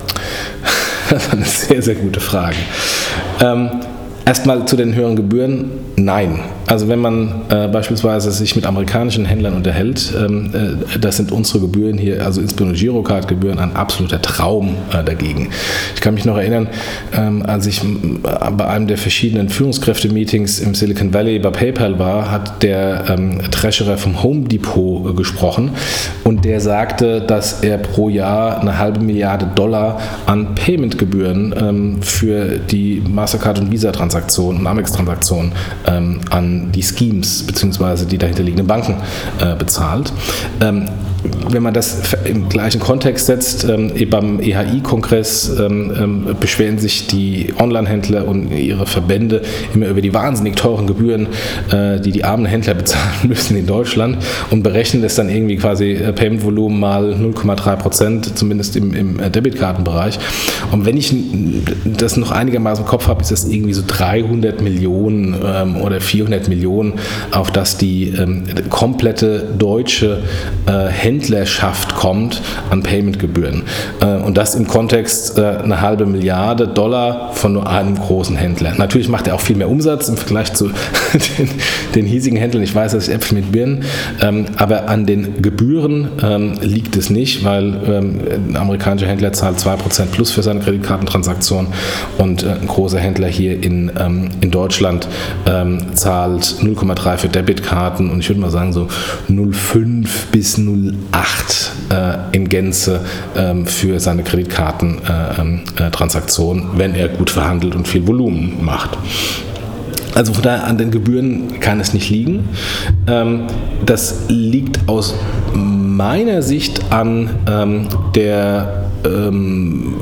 Das ist eine sehr, sehr gute Frage. Ähm, Erstmal zu den höheren Gebühren, nein. Also wenn man äh, beispielsweise sich mit amerikanischen Händlern unterhält, ähm, äh, das sind unsere Gebühren hier, also insbesondere Girocard-Gebühren, ein absoluter Traum äh, dagegen. Ich kann mich noch erinnern, ähm, als ich m- bei einem der verschiedenen Führungskräfte-Meetings im Silicon Valley bei PayPal war, hat der ähm, Treasurer vom Home Depot äh, gesprochen und der sagte, dass er pro Jahr eine halbe Milliarde Dollar an Payment-Gebühren ähm, für die Mastercard- und Visa-Transaktionen und Amex-Transaktionen ähm, an die Schemes bzw. die dahinterliegenden Banken äh, bezahlt. Ähm, wenn man das im gleichen Kontext setzt, ähm, beim E H I-Kongress ähm, ähm, beschweren sich die Online-Händler und ihre Verbände immer über die wahnsinnig teuren Gebühren, äh, die die armen Händler bezahlen müssen in Deutschland und berechnen das dann irgendwie quasi äh, Payment-Volumen mal null Komma drei Prozent, zumindest im, im äh, Debitkartenbereich. Und wenn ich das noch einigermaßen im Kopf habe, ist das irgendwie so dreihundert Millionen ähm, oder vierhundert Millionen, auf das die ähm, komplette deutsche äh, Händlerschaft kommt an Paymentgebühren. Und das im Kontext eine halbe Milliarde Dollar von nur einem großen Händler. Natürlich macht er auch viel mehr Umsatz im Vergleich zu den, den hiesigen Händlern. Ich weiß, dass ich Äpfel mit Birnen, aber an den Gebühren liegt es nicht, weil ein amerikanischer Händler zahlt zwei Prozent plus für seine Kreditkartentransaktion und ein großer Händler hier in, in Deutschland zahlt null Komma drei für Debitkarten und ich würde mal sagen so null Komma fünf bis null Komma acht äh, in Gänze ähm, für seine Kreditkartentransaktion, äh, äh, wenn er gut verhandelt und viel Volumen macht. Also von daher an den Gebühren kann es nicht liegen. Ähm, das liegt aus meiner Sicht an ähm, der ähm,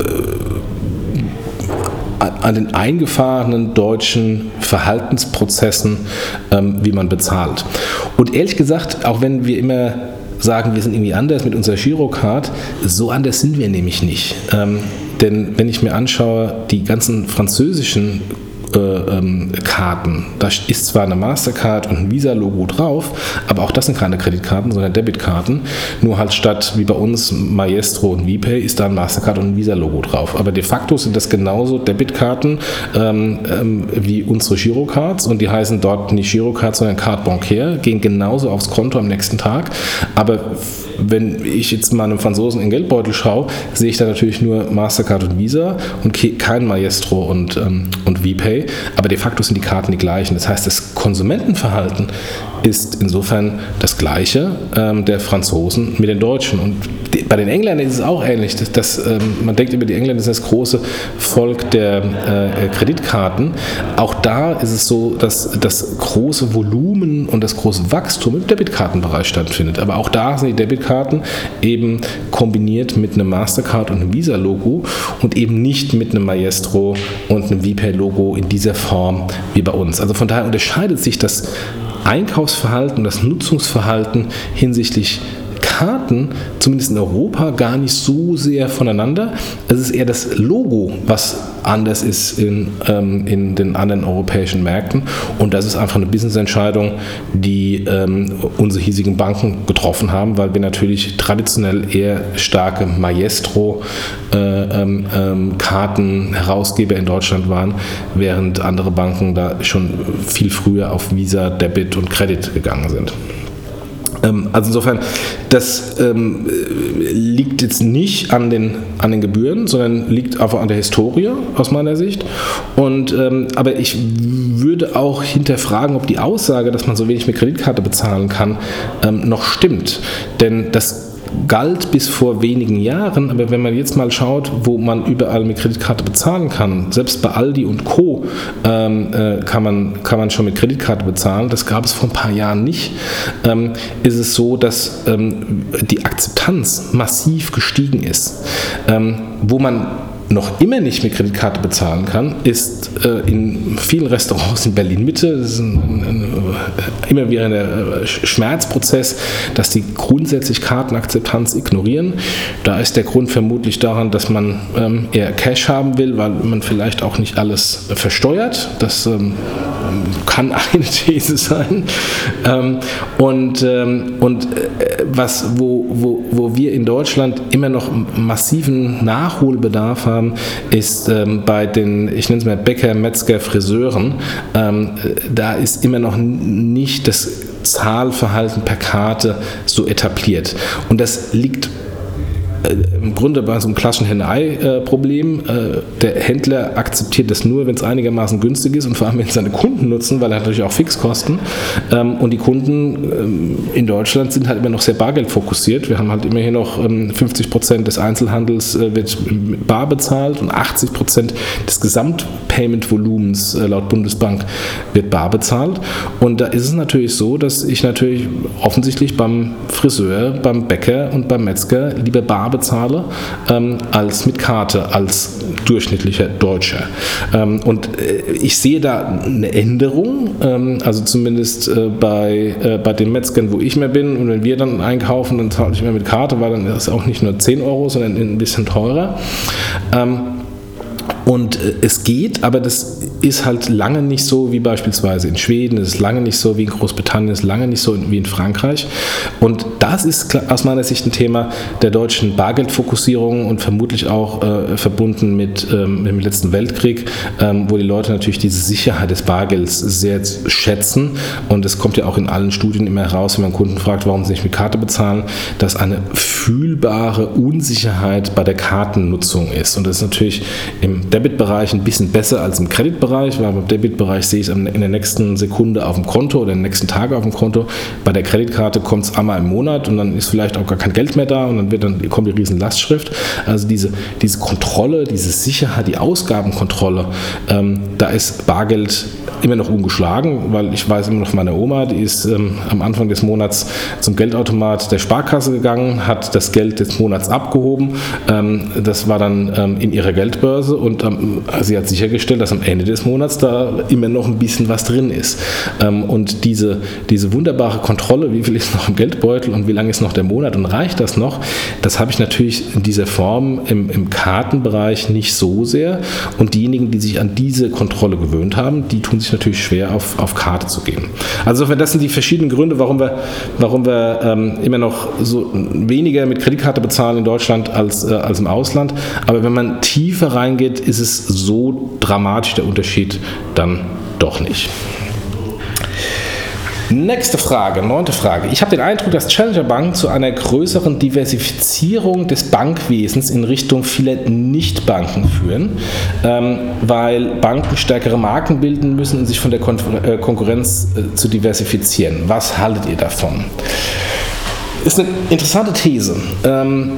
an den eingefahrenen deutschen Verhaltensprozessen, ähm, wie man bezahlt. Und ehrlich gesagt, auch wenn wir immer sagen, wir sind irgendwie anders mit unserer Girocard, so anders sind wir nämlich nicht. Ähm, denn wenn ich mir anschaue, die ganzen französischen Äh, ähm, Karten. Da ist zwar eine Mastercard und ein Visa-Logo drauf, aber auch das sind keine Kreditkarten, sondern Debitkarten. Nur halt statt wie bei uns Maestro und VPay ist da ein Mastercard und ein Visa-Logo drauf. Aber de facto sind das genauso Debitkarten ähm, ähm, wie unsere Girocards und die heißen dort nicht Girocard, sondern Carte Bancaire, gehen genauso aufs Konto am nächsten Tag. Aber wenn ich jetzt mal einem Franzosen in den Geldbeutel schaue, sehe ich da natürlich nur Mastercard und Visa und kein Maestro und, ähm, und VPay. Aber de facto sind die Karten die gleichen. Das heißt, das Konsumentenverhalten ist insofern das gleiche ähm, der Franzosen mit den Deutschen. Und die, bei den Engländern ist es auch ähnlich. Das, das, ähm, man denkt über die Engländer, das ist das große Volk der äh, Kreditkarten. Auch da ist es so, dass das große Volumen und das große Wachstum im Debitkartenbereich stattfindet. Aber auch da sind die Debitkarten eben kombiniert mit einem Mastercard und einem Visa-Logo und eben nicht mit einem Maestro und einem VPay-Logo in dieser Form wie bei uns. Also von daher unterscheidet sich das Einkaufsverhalten, das Nutzungsverhalten hinsichtlich Karten, zumindest in Europa, gar nicht so sehr voneinander. Es ist eher das Logo, was anders ist in, ähm, in den anderen europäischen Märkten. Und das ist einfach eine Business-Entscheidung, die ähm, unsere hiesigen Banken getroffen haben, weil wir natürlich traditionell eher starke Maestro-Karten-Herausgeber äh, ähm, in Deutschland waren, während andere Banken da schon viel früher auf Visa, Debit und Credit gegangen sind. Also insofern, das ähm, liegt jetzt nicht an den, an den Gebühren, sondern liegt einfach an der Historie aus meiner Sicht. Und, ähm, aber ich würde auch hinterfragen, ob die Aussage, dass man so wenig mit Kreditkarte bezahlen kann, ähm, noch stimmt. Denn das galt bis vor wenigen Jahren, aber wenn man jetzt mal schaut, wo man überall mit Kreditkarte bezahlen kann, selbst bei Aldi und Co. Ähm, äh, kann man, kann man schon mit Kreditkarte bezahlen, das gab es vor ein paar Jahren nicht, ähm, ist es so, dass ähm, die Akzeptanz massiv gestiegen ist. Ähm, wo man noch immer nicht mit Kreditkarte bezahlen kann, ist äh, in vielen Restaurants in Berlin-Mitte, das ist ein, ein, ein, immer wieder ein äh, Schmerzprozess, dass die grundsätzlich Kartenakzeptanz ignorieren. Da ist der Grund vermutlich daran, dass man ähm, eher Cash haben will, weil man vielleicht auch nicht alles äh, versteuert. Das ähm, kann eine These sein. Ähm, und ähm, und äh, was, wo, wo, wo wir in Deutschland immer noch massiven Nachholbedarf haben, ist ähm, bei den, ich nenne es mal Bäcker, Metzger, Friseuren, ähm, da ist immer noch nicht das Zahlverhalten per Karte so etabliert. Und das liegt im Grunde bei so einem klassischen Henne-Ei-Problem. Der Händler akzeptiert das nur, wenn es einigermaßen günstig ist und vor allem, wenn es seine Kunden nutzen, weil er hat natürlich auch Fixkosten. Und die Kunden in Deutschland sind halt immer noch sehr bargeldfokussiert. Wir haben halt immerhin noch fünfzig Prozent des Einzelhandels wird bar bezahlt und achtzig Prozent des Gesamtpayment-Volumens laut Bundesbank wird bar bezahlt. Und da ist es natürlich so, dass ich natürlich offensichtlich beim Friseur, beim Bäcker und beim Metzger lieber bar bezahle ähm, als mit Karte, als durchschnittlicher Deutscher. Ähm, und äh, ich sehe da eine Änderung, ähm, also zumindest äh, bei, äh, bei den Metzgern, wo ich mehr bin, und wenn wir dann einkaufen, dann zahle ich mehr mit Karte, weil dann ist es auch nicht nur zehn Euro, sondern ein bisschen teurer. Ähm, Und äh, es geht, aber das ist halt lange nicht so wie beispielsweise in Schweden, es ist lange nicht so wie in Großbritannien, es ist lange nicht so wie in Frankreich. Und das ist aus meiner Sicht ein Thema der deutschen Bargeldfokussierung und vermutlich auch äh, verbunden mit ähm, dem letzten Weltkrieg, ähm, wo die Leute natürlich diese Sicherheit des Bargelds sehr schätzen. Und es kommt ja auch in allen Studien immer heraus, wenn man Kunden fragt, warum sie nicht mit Karte bezahlen, dass eine fühlbare Unsicherheit bei der Kartennutzung ist. Und das ist natürlich im Debitbereich ein bisschen besser als im Kreditbereich, weil beim Debitbereich sehe ich es in der nächsten Sekunde auf dem Konto oder in den nächsten Tagen auf dem Konto. Bei der Kreditkarte kommt es einmal im Monat und dann ist vielleicht auch gar kein Geld mehr da und dann, wird dann kommt die riesen Lastschrift. Also diese, diese Kontrolle, diese Sicherheit, die Ausgabenkontrolle, ähm, da ist Bargeld immer noch ungeschlagen, weil ich weiß immer noch von meiner Oma, die ist ähm, am Anfang des Monats zum Geldautomat der Sparkasse gegangen, hat das Geld des Monats abgehoben, ähm, das war dann ähm, in ihrer Geldbörse und ähm, sie hat sichergestellt, dass am Ende des Monats da immer noch ein bisschen was drin ist. Ähm, und diese, diese wunderbare Kontrolle, wie viel ist noch im Geldbeutel und wie lange ist noch der Monat und reicht das noch, das habe ich natürlich in dieser Form im, im Kartenbereich nicht so sehr und diejenigen, die sich an diese Kontrolle gewöhnt haben, die tun sich natürlich schwer, auf, auf Karte zu gehen. Also das sind die verschiedenen Gründe, warum wir, warum wir ähm, immer noch so weniger mit Kreditkarte bezahlen in Deutschland als, äh, als im Ausland. Aber wenn man tiefer reingeht, ist es so dramatisch der Unterschied dann doch nicht. Nächste Frage, neunte Frage. Ich habe den Eindruck, dass Challenger Banken zu einer größeren Diversifizierung des Bankwesens in Richtung vieler Nichtbanken führen, ähm, weil Banken stärkere Marken bilden müssen, um sich von der Kon- äh, Konkurrenz äh, zu diversifizieren. Was haltet ihr davon? Ist eine interessante These, ähm,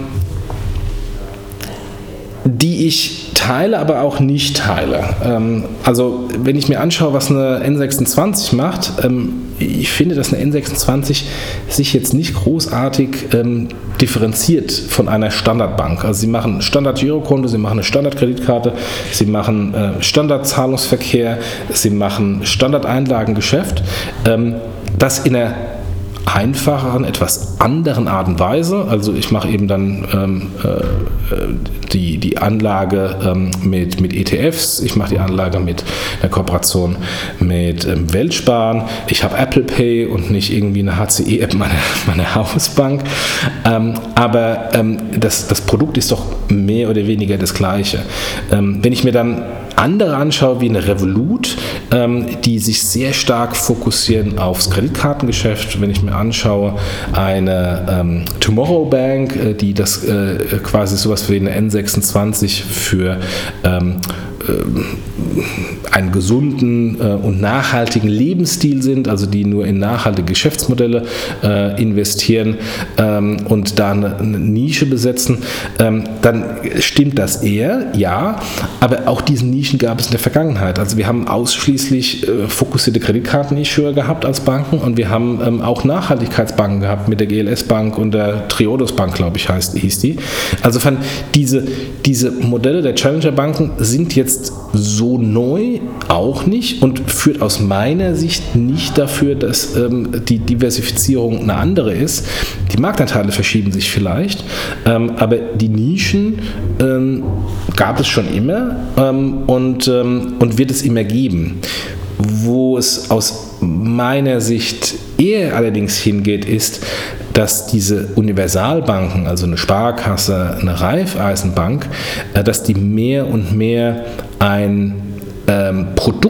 die ich teile, aber auch nicht teile. Ähm, also wenn ich mir anschaue, was eine N sechsundzwanzig macht, ähm, ich finde, dass eine N sechsundzwanzig sich jetzt nicht großartig ähm, differenziert von einer Standardbank. Also sie machen Standard-Girokonto, sie machen eine Standard-Kreditkarte, sie machen äh, Standard-Zahlungsverkehr, sie machen Standard-Einlagengeschäft. Ähm, das in einer einfacheren, etwas anderen Art und Weise. Also ich mache eben dann ähm, äh, die, die Anlage ähm, mit, mit E T Fs, ich mache die Anlage mit einer Kooperation mit ähm, Weltsparen, ich habe Apple Pay und nicht irgendwie eine H C E-App meiner, meiner Hausbank. Ähm, aber ähm, das, das Produkt ist doch mehr oder weniger das Gleiche. Ähm, wenn ich mir dann andere anschaue, wie eine Revolut, ähm, die sich sehr stark fokussieren aufs Kreditkartengeschäft. Wenn ich mir anschaue, eine ähm, Tomorrow Bank, äh, die das äh, quasi sowas wie eine N sechsundzwanzig für ähm, einen gesunden äh, und nachhaltigen Lebensstil sind, also die nur in nachhaltige Geschäftsmodelle äh, investieren ähm, und da eine, eine Nische besetzen, ähm, dann stimmt das eher, ja, aber auch diese Nischen gab es in der Vergangenheit. Also wir haben ausschließlich äh, fokussierte Kreditkarten-Issuer gehabt als Banken und wir haben ähm, auch Nachhaltigkeitsbanken gehabt mit der G L S Bank und der Triodos Bank, glaube ich, heißt, hieß die. Also von diese, diese Modelle der Challenger-Banken sind jetzt so neu auch nicht und führt aus meiner Sicht nicht dafür, dass ähm, die Diversifizierung eine andere ist. Die Marktanteile verschieben sich vielleicht, ähm, aber die Nischen ähm, gab es schon immer ähm, und, ähm, und wird es immer geben. Wo es aus meiner Sicht eher allerdings hingeht, ist, dass diese Universalbanken, also eine Sparkasse, eine Raiffeisenbank, äh, dass die mehr und mehr ein ähm,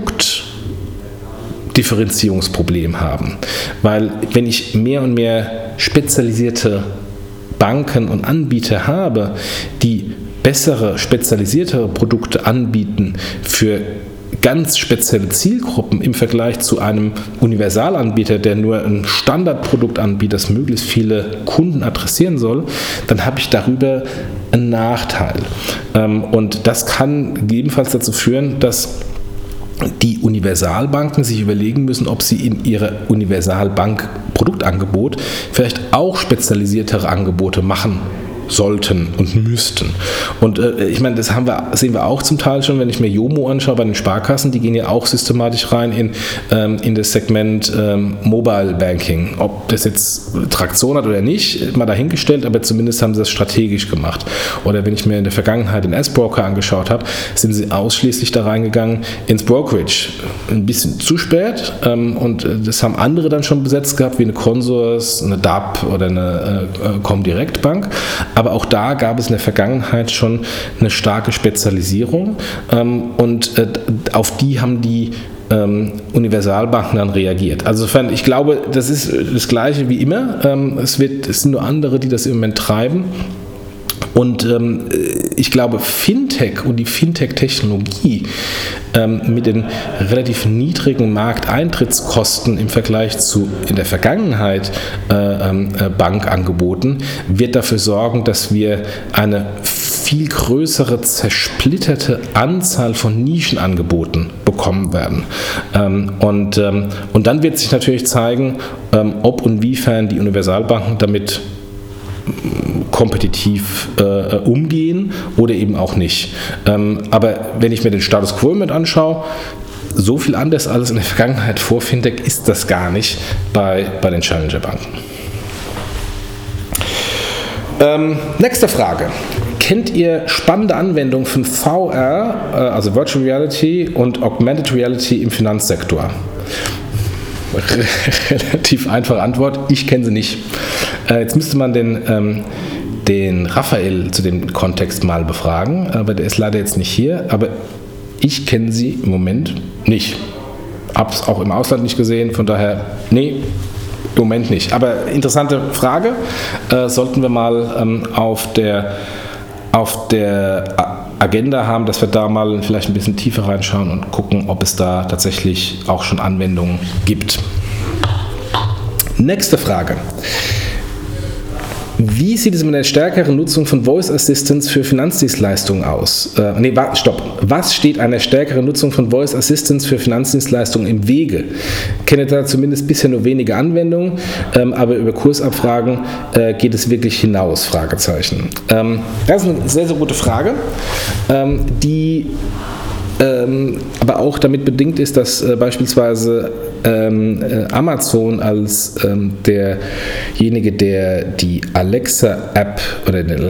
Produktdifferenzierungsproblem haben. Weil wenn ich mehr und mehr spezialisierte Banken und Anbieter habe, die bessere, spezialisiertere Produkte anbieten für ganz spezielle Zielgruppen im Vergleich zu einem Universalanbieter, der nur ein Standardprodukt anbietet, das möglichst viele Kunden adressieren soll, dann habe ich darüber einen Nachteil. Und das kann gegebenenfalls dazu führen, dass die Universalbanken sich überlegen müssen, ob sie in ihrer Universalbank-Produktangebot vielleicht auch spezialisiertere Angebote machen sollten und müssten. Und äh, ich meine, das haben wir, sehen wir auch zum Teil schon, wenn ich mir Yomo anschaue bei den Sparkassen, die gehen ja auch systematisch rein in, ähm, in das Segment ähm, Mobile Banking. Ob das jetzt Traktion hat oder nicht, mal dahingestellt, aber zumindest haben sie das strategisch gemacht. Oder wenn ich mir in der Vergangenheit den S-Broker angeschaut habe, sind sie ausschließlich da reingegangen ins Brokerage. Ein bisschen zu spät ähm, und das haben andere dann schon besetzt gehabt, wie eine Consors, eine D A B oder eine äh, Comdirect Bank. Aber auch da gab es in der Vergangenheit schon eine starke Spezialisierung ähm, und äh, auf die haben die ähm, Universalbanken dann reagiert. Also insofern, ich glaube, das ist das Gleiche wie immer. Ähm, es, wird, es sind nur andere, die das im Moment treiben. Und ähm, ich glaube, Fintech und die Fintech-Technologie ähm, mit den relativ niedrigen Markteintrittskosten im Vergleich zu in der Vergangenheit äh, äh, Bankangeboten wird dafür sorgen, dass wir eine viel größere, zersplitterte Anzahl von Nischenangeboten bekommen werden. Ähm, und, ähm, und dann wird sich natürlich zeigen, ähm, ob und wiefern die Universalbanken damit kompetitiv äh, umgehen oder eben auch nicht. Ähm, aber wenn ich mir den Status Quo mit anschaue, so viel anders als in der Vergangenheit vor Fintech ist das gar nicht bei, bei den Challenger-Banken. Ähm, nächste Frage. Kennt ihr spannende Anwendungen von V R, äh, also Virtual Reality und Augmented Reality im Finanzsektor? Relativ einfache Antwort, ich kenne sie nicht. Äh, jetzt müsste man den, ähm, den Raphael zu dem Kontext mal befragen, aber der ist leider jetzt nicht hier, aber ich kenne sie im Moment nicht. Hab's auch im Ausland nicht gesehen, von daher, nee, im Moment nicht. Aber interessante Frage, äh, sollten wir mal ähm, auf der, auf der Agenda haben, dass wir da mal vielleicht ein bisschen tiefer reinschauen und gucken, ob es da tatsächlich auch schon Anwendungen gibt. Nächste Frage. Wie sieht es mit der stärkeren Nutzung von Voice Assistants für Finanzdienstleistungen aus? Äh, nee, wa- stopp. Was steht einer stärkeren Nutzung von Voice Assistants für Finanzdienstleistungen im Wege? Ich kenne da zumindest bisher nur wenige Anwendungen, ähm, aber über Kursabfragen äh, geht es wirklich hinaus? Fragezeichen. Ähm, das ist eine sehr, sehr gute Frage, ähm, die ähm, aber auch damit bedingt ist, dass äh, beispielsweise ähm, äh, Amazon als ähm, derjenige, der die Alexa-App oder den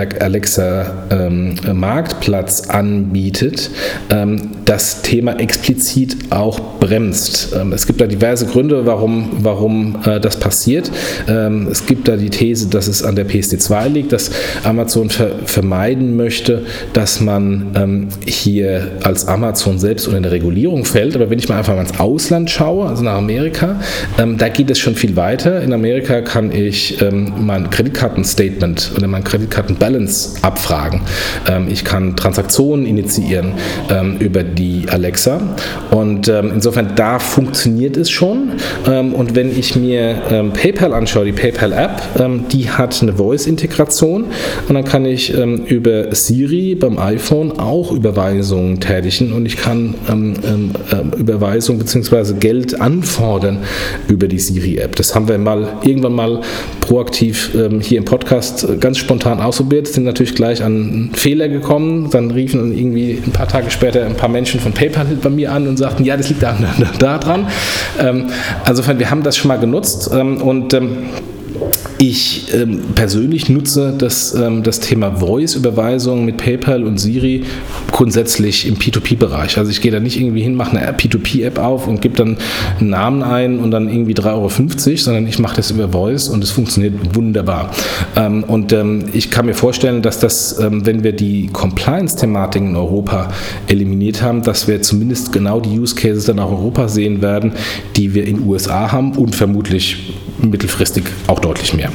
Alexa-Marktplatz ähm, anbietet, ähm, das Thema explizit auch bremst. Ähm, es gibt da diverse Gründe, warum, warum äh, das passiert. Ähm, es gibt da die These, dass es an der P S D zwei liegt, dass Amazon ver- vermeiden möchte, dass man ähm, hier als Amazon selbst unter eine Regulierung fällt. Aber wenn ich mal einfach mal ins Ausland schaue, also nach Amerika, ähm, da geht es schon viel weiter. In Amerika kann ich ähm, mein Kreditkartenstatement oder mein Kreditkartenbalance abfragen. Ähm, ich kann Transaktionen initiieren ähm, über die Alexa und ähm, insofern da funktioniert es schon. Ähm, und wenn ich mir ähm, PayPal anschaue, die PayPal-App, ähm, die hat eine Voice-Integration und dann kann ich ähm, über Siri beim iPhone auch Überweisungen tätigen und ich kann ähm, ähm, Überweisung bzw. Geld anfordern über die Siri-App. Das haben wir mal irgendwann mal proaktiv ähm, hier im Podcast ganz spontan ausprobiert, sind natürlich gleich an einen Fehler gekommen, dann riefen dann irgendwie ein paar Tage später ein paar Menschen von PayPal bei mir an und sagten, ja, das liegt da, da, da dran. Ähm, also wir haben das schon mal genutzt ähm, und ähm, ich ähm, persönlich nutze das, ähm, das Thema Voice-Überweisung mit PayPal und Siri grundsätzlich im P zwei P-Bereich. Also ich gehe da nicht irgendwie hin, mache eine P zwei P-App auf und gebe dann einen Namen ein und dann irgendwie drei Euro fünfzig, sondern ich mache das über Voice und es funktioniert wunderbar. Ähm, und ähm, ich kann mir vorstellen, dass das, ähm, wenn wir die Compliance-Thematiken in Europa eliminiert haben, dass wir zumindest genau die Use Cases dann auch in Europa sehen werden, die wir in den U S A haben und vermutlich mittelfristig auch deutlich mehr.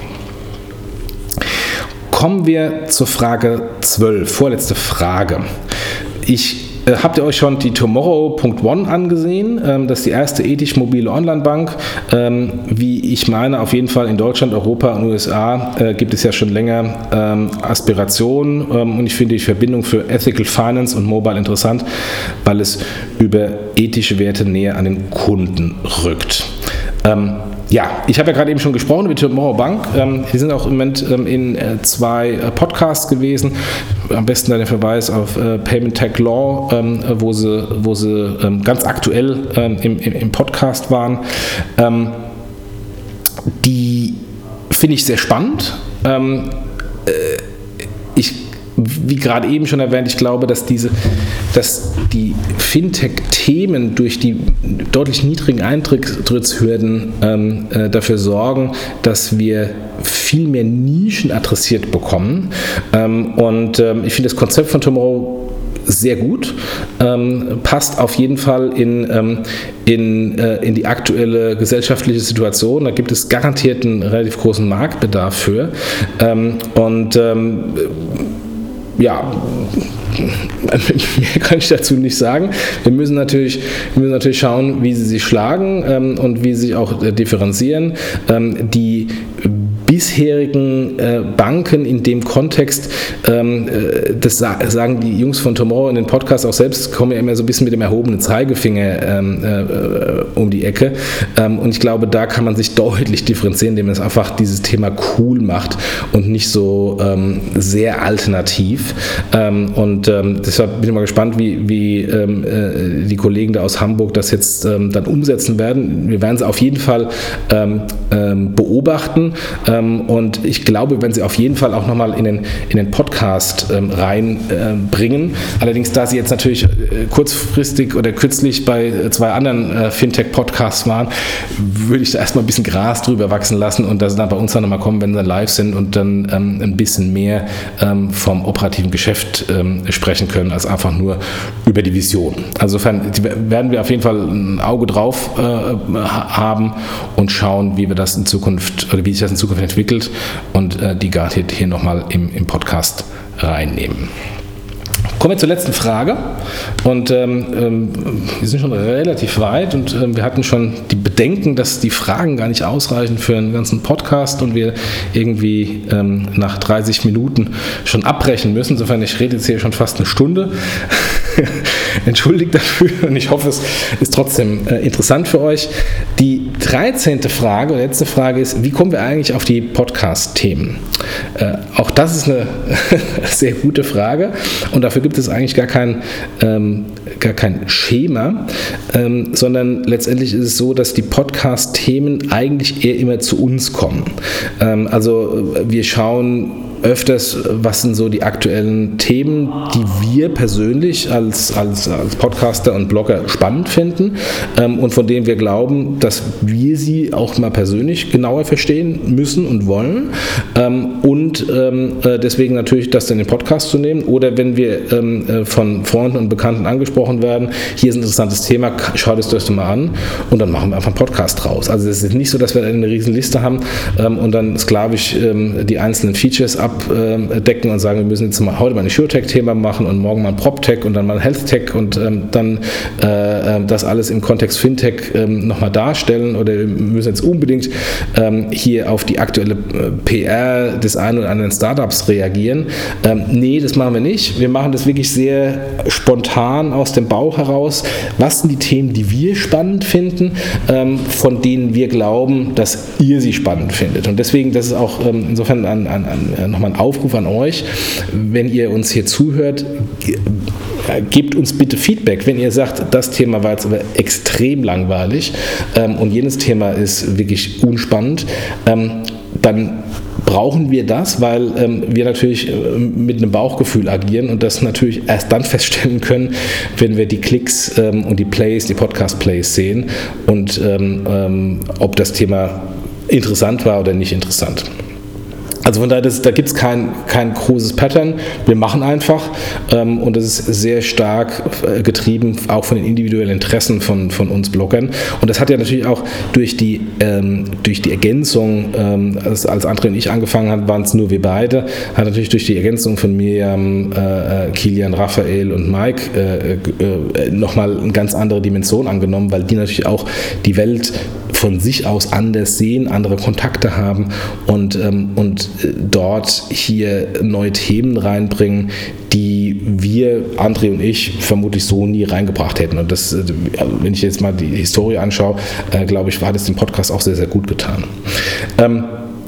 Kommen wir zur Frage zwölf, vorletzte Frage. Ich äh, habt ihr euch schon die Tomorrow Punkt one angesehen? Ähm, das ist die erste ethisch mobile Online-Bank. Ähm, wie ich meine, auf jeden Fall in Deutschland, Europa und U S A äh, gibt es ja schon länger ähm, Aspirationen ähm, und ich finde die Verbindung für Ethical Finance und Mobile interessant, weil es über ethische Werte näher an den Kunden rückt. Ähm, ja, ich habe ja gerade eben schon gesprochen über Tomorrow Bank. Ähm, die sind auch im Moment ähm, in äh, zwei äh, Podcasts gewesen. Am besten da der Verweis auf äh, Payment Tech Law, ähm, wo sie, wo sie ähm, ganz aktuell ähm, im, im, im Podcast waren. Ähm, die finde ich sehr spannend. Ähm, äh, ich Wie gerade eben schon erwähnt, ich glaube, dass diese, dass die Fintech-Themen durch die deutlich niedrigen Eintrittshürden ähm, äh, dafür sorgen, dass wir viel mehr Nischen adressiert bekommen. Ähm, und ähm, ich finde das Konzept von Tomorrow sehr gut, ähm, passt auf jeden Fall in, ähm, in, äh, in die aktuelle gesellschaftliche Situation. Da gibt es garantiert einen relativ großen Marktbedarf für. Ähm, und ähm, ja, mehr kann ich dazu nicht sagen. Wir müssen natürlich, wir müssen natürlich schauen, wie sie sich schlagen ähm, und wie sie sich auch äh, differenzieren. Ähm, die bisherigen äh, Banken in dem Kontext, ähm, äh, das sa- sagen die Jungs von Tomorrow in den Podcasts auch selbst, kommen ja immer so ein bisschen mit dem erhobenen Zeigefinger ähm, äh, um die Ecke. Ähm, und ich glaube, da kann man sich deutlich differenzieren, indem man es einfach dieses Thema cool macht und nicht so ähm, sehr alternativ. Ähm, und ähm, deshalb bin ich mal gespannt, wie, wie ähm, äh, die Kollegen da aus Hamburg das jetzt ähm, dann umsetzen werden. Wir werden es auf jeden Fall ähm, ähm, beobachten. Ähm, und ich glaube, wenn sie auf jeden Fall auch nochmal in den, in den Podcast ähm, reinbringen. Äh, Allerdings, da sie jetzt natürlich äh, kurzfristig oder kürzlich bei äh, zwei anderen äh, Fintech-Podcasts waren, würde ich da erstmal ein bisschen Gras drüber wachsen lassen und dass sie dann bei uns dann nochmal kommen, wenn sie dann live sind und dann ähm, ein bisschen mehr ähm, vom operativen Geschäft ähm, sprechen können, als einfach nur über die Vision. Also insofern werden wir auf jeden Fall ein Auge drauf äh, haben und schauen, wie wir das in Zukunft oder wie sich das in Zukunft entwickelt und äh, die garantiert hier nochmal im, im Podcast reinnehmen. Kommen wir zur letzten Frage und ähm, ähm, wir sind schon relativ weit und ähm, wir hatten schon die Bedenken, dass die Fragen gar nicht ausreichen für einen ganzen Podcast und wir irgendwie ähm, nach dreißig Minuten schon abbrechen müssen. Insofern, ich rede jetzt hier schon fast eine Stunde. Entschuldigt dafür und ich hoffe, es ist trotzdem äh, interessant für euch. Die dreizehnte Frage, oder letzte Frage ist, wie kommen wir eigentlich auf die Podcast-Themen? Äh, auch das ist eine sehr gute Frage und dafür gibt es eigentlich gar kein, ähm, gar kein Schema, ähm, sondern letztendlich ist es so, dass die Podcast-Themen eigentlich eher immer zu uns kommen. Ähm, also wir schauen öfters, was sind so die aktuellen Themen, die wir persönlich als, als, als Podcaster und Blogger spannend finden ähm, und von denen wir glauben, dass wir sie auch mal persönlich genauer verstehen müssen und wollen ähm, und ähm, deswegen natürlich das in den Podcast zu nehmen oder wenn wir ähm, von Freunden und Bekannten angesprochen werden, hier ist ein interessantes Thema, schaut es euch mal an und dann machen wir einfach einen Podcast draus. Also es ist nicht so, dass wir eine riesen Liste haben ähm, und dann sklavisch ähm, die einzelnen Features ab decken und sagen, wir müssen jetzt mal heute mal ein SureTech-Thema machen und morgen mal ein PropTech und dann mal ein HealthTech und ähm, dann äh, das alles im Kontext Fintech ähm, nochmal darstellen oder wir müssen jetzt unbedingt ähm, hier auf die aktuelle äh, P R des einen oder anderen Startups reagieren. Ähm, nee, das machen wir nicht. Wir machen das wirklich sehr spontan aus dem Bauch heraus. Was sind die Themen, die wir spannend finden, ähm, von denen wir glauben, dass ihr sie spannend findet. Und deswegen, das ist auch ähm, insofern an, an, an, nochmal ein Aufruf an euch, wenn ihr uns hier zuhört, gebt uns bitte Feedback, wenn ihr sagt, das Thema war jetzt aber extrem langweilig ähm, und jenes Thema ist wirklich unspannend, ähm, dann brauchen wir das, weil ähm, wir natürlich äh, mit einem Bauchgefühl agieren und das natürlich erst dann feststellen können, wenn wir die Klicks ähm, und die Plays, die Podcast-Plays sehen und ähm, ähm, ob das Thema interessant war oder nicht interessant. Also von daher, das, da gibt es kein, kein großes Pattern. Wir machen einfach ähm, und das ist sehr stark äh, getrieben, auch von den individuellen Interessen von, von uns Bloggern. Und das hat ja natürlich auch durch die, ähm, durch die Ergänzung, ähm, als, als André und ich angefangen haben, waren es nur wir beide, hat natürlich durch die Ergänzung von Miriam, äh, Kilian, Raphael und Mike äh, äh, nochmal eine ganz andere Dimension angenommen, weil die natürlich auch die Welt von sich aus anders sehen, andere Kontakte haben und, ähm, und dort hier neue Themen reinbringen, die wir, André und ich, vermutlich so nie reingebracht hätten. Und das, wenn ich jetzt mal die Historie anschaue, äh, glaube ich, hat es dem Podcast auch sehr, sehr gut getan. Ähm,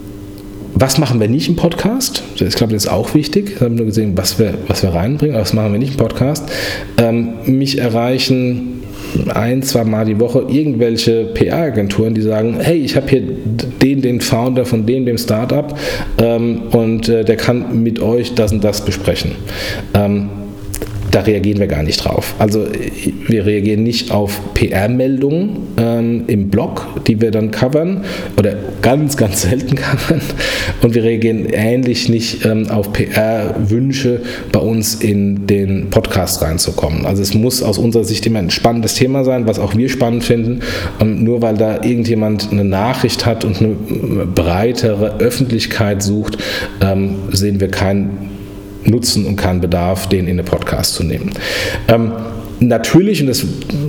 Was machen wir nicht im Podcast? Ich glaube, das ist auch wichtig. Ich habe nur gesehen, was wir, was wir reinbringen, aber was machen wir nicht im Podcast? Ähm, mich erreichen ein, zwei Mal die Woche irgendwelche P R-Agenturen, die sagen, hey, ich habe hier den, den Founder von dem, dem Startup ähm, und äh, der kann mit euch das und das besprechen. Ähm, Da reagieren wir gar nicht drauf. Also wir reagieren nicht auf P R-Meldungen ähm, im Blog, die wir dann covern oder ganz, ganz selten covern. Und wir reagieren ähnlich nicht ähm, auf P R-Wünsche, bei uns in den Podcast reinzukommen. Also es muss aus unserer Sicht immer ein spannendes Thema sein, was auch wir spannend finden. Und nur weil da irgendjemand eine Nachricht hat und eine breitere Öffentlichkeit sucht, ähm, sehen wir keinen Nutzen und keinen Bedarf, den in den Podcast zu nehmen. Ähm, natürlich, und das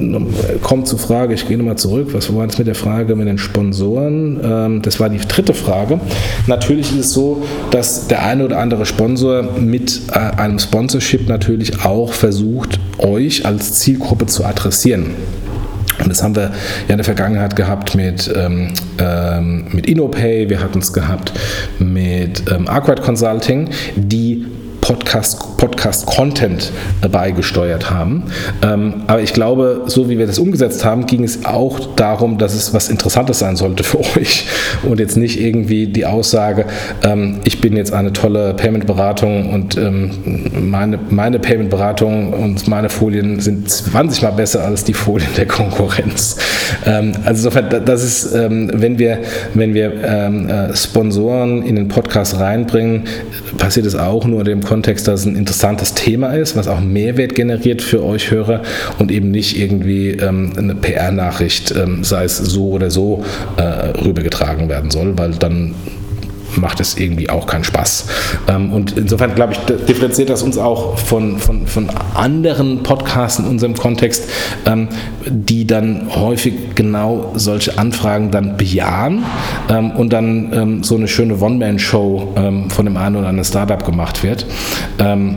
kommt zur Frage, ich gehe nochmal zurück, was war das mit der Frage mit den Sponsoren? Ähm, das war die dritte Frage. Natürlich ist es so, dass der eine oder andere Sponsor mit äh, einem Sponsorship natürlich auch versucht, euch als Zielgruppe zu adressieren. Und das haben wir ja in der Vergangenheit gehabt mit, ähm, ähm, mit InnoPay, wir hatten es gehabt mit ähm, Arkwright Consulting, die Podcast, Podcast-Content beigesteuert haben. Ähm, aber ich glaube, so wie wir das umgesetzt haben, ging es auch darum, dass es was Interessantes sein sollte für euch und jetzt nicht irgendwie die Aussage, ähm, ich bin jetzt eine tolle Payment-Beratung und ähm, meine, meine Payment-Beratung und meine Folien sind zwanzig Mal besser als die Folien der Konkurrenz. Ähm, also insofern, das ist, ähm, wenn wir, wenn wir ähm, äh, Sponsoren in den Podcast reinbringen, passiert es auch nur in dem Kontext, dass es ein interessantes Thema ist, was auch Mehrwert generiert für euch Hörer und eben nicht irgendwie ähm, eine P R-Nachricht, ähm, sei es so oder so, äh, rübergetragen werden soll, weil dann macht es irgendwie auch keinen Spaß. Ähm, und insofern, glaube ich, differenziert das uns auch von, von, von anderen Podcasts in unserem Kontext, ähm, die dann häufig genau solche Anfragen dann bejahen ähm, und dann ähm, so eine schöne One-Man-Show ähm, von dem einen oder anderen Startup gemacht wird. Ähm,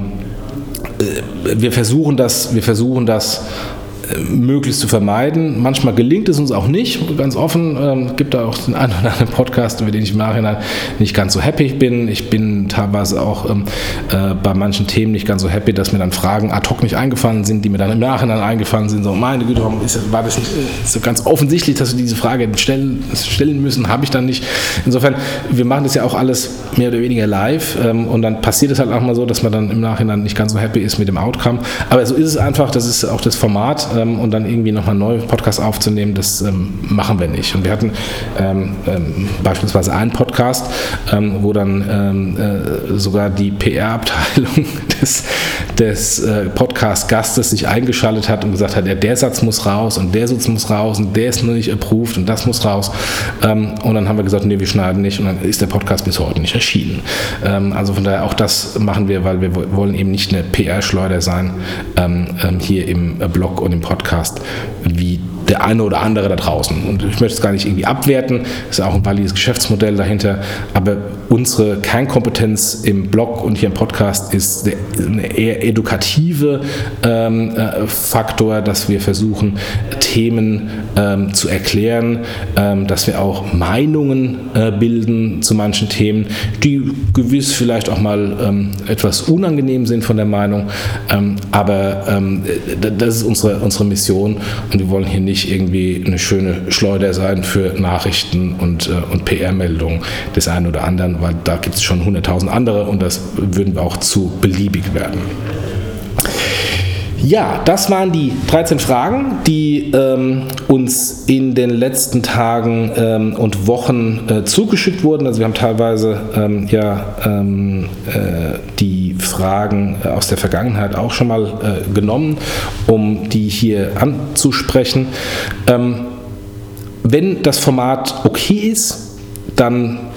wir versuchen das, wir versuchen das möglichst zu vermeiden. Manchmal gelingt es uns auch nicht, ganz offen. Es ähm, gibt da auch den einen oder anderen Podcast, über den ich im Nachhinein nicht ganz so happy bin. Ich bin teilweise auch ähm, äh, bei manchen Themen nicht ganz so happy, dass mir dann Fragen ad hoc nicht eingefallen sind, die mir dann im Nachhinein eingefallen sind. So, meine Güte, warum ist, war das nicht so ganz offensichtlich, dass wir diese Frage stellen, stellen müssen, habe ich dann nicht. Insofern, wir machen das ja auch alles mehr oder weniger live ähm, und dann passiert es halt auch mal so, dass man dann im Nachhinein nicht ganz so happy ist mit dem Outcome. Aber so ist es einfach, das ist auch das Format. Und dann irgendwie nochmal einen neuen Podcast aufzunehmen, das ähm, machen wir nicht. Und wir hatten ähm, ähm, beispielsweise einen Podcast, ähm, wo dann ähm, äh, sogar die P R-Abteilung des, des äh, Podcast-Gastes sich eingeschaltet hat und gesagt hat, ja, der Satz muss raus und der Satz muss raus und der ist noch nicht approved und das muss raus. Ähm, und dann haben wir gesagt, nee, wir schneiden nicht und dann ist der Podcast bis heute nicht erschienen. Ähm, also von daher auch das machen wir, weil wir wollen eben nicht eine P R-Schleuder sein, ähm, ähm, hier im Blog und im Podcast, wie der eine oder andere da draußen. Und ich möchte es gar nicht irgendwie abwerten, ist ja auch ein valides Geschäftsmodell dahinter, aber unsere Kernkompetenz im Blog und hier im Podcast ist der, eine eher edukative ähm, äh, Faktor, dass wir versuchen, Themen ähm, zu erklären, ähm, dass wir auch Meinungen äh, bilden zu manchen Themen, die gewiss vielleicht auch mal ähm, etwas unangenehm sind von der Meinung, ähm, aber ähm, das ist unsere, unsere Mission und wir wollen hier nicht irgendwie eine schöne Schleuder sein für Nachrichten und, äh, und P R-Meldungen des einen oder anderen, weil da gibt es schon hunderttausend andere und das würden wir auch zu beliebig werden. Ja, das waren die dreizehn Fragen, die ähm, uns in den letzten Tagen ähm, und Wochen äh, zugeschickt wurden. Also wir haben teilweise ähm, ja, ähm, äh, die Fragen aus der Vergangenheit auch schon mal äh, genommen, um die hier anzusprechen. Ähm, wenn das Format okay ist, dann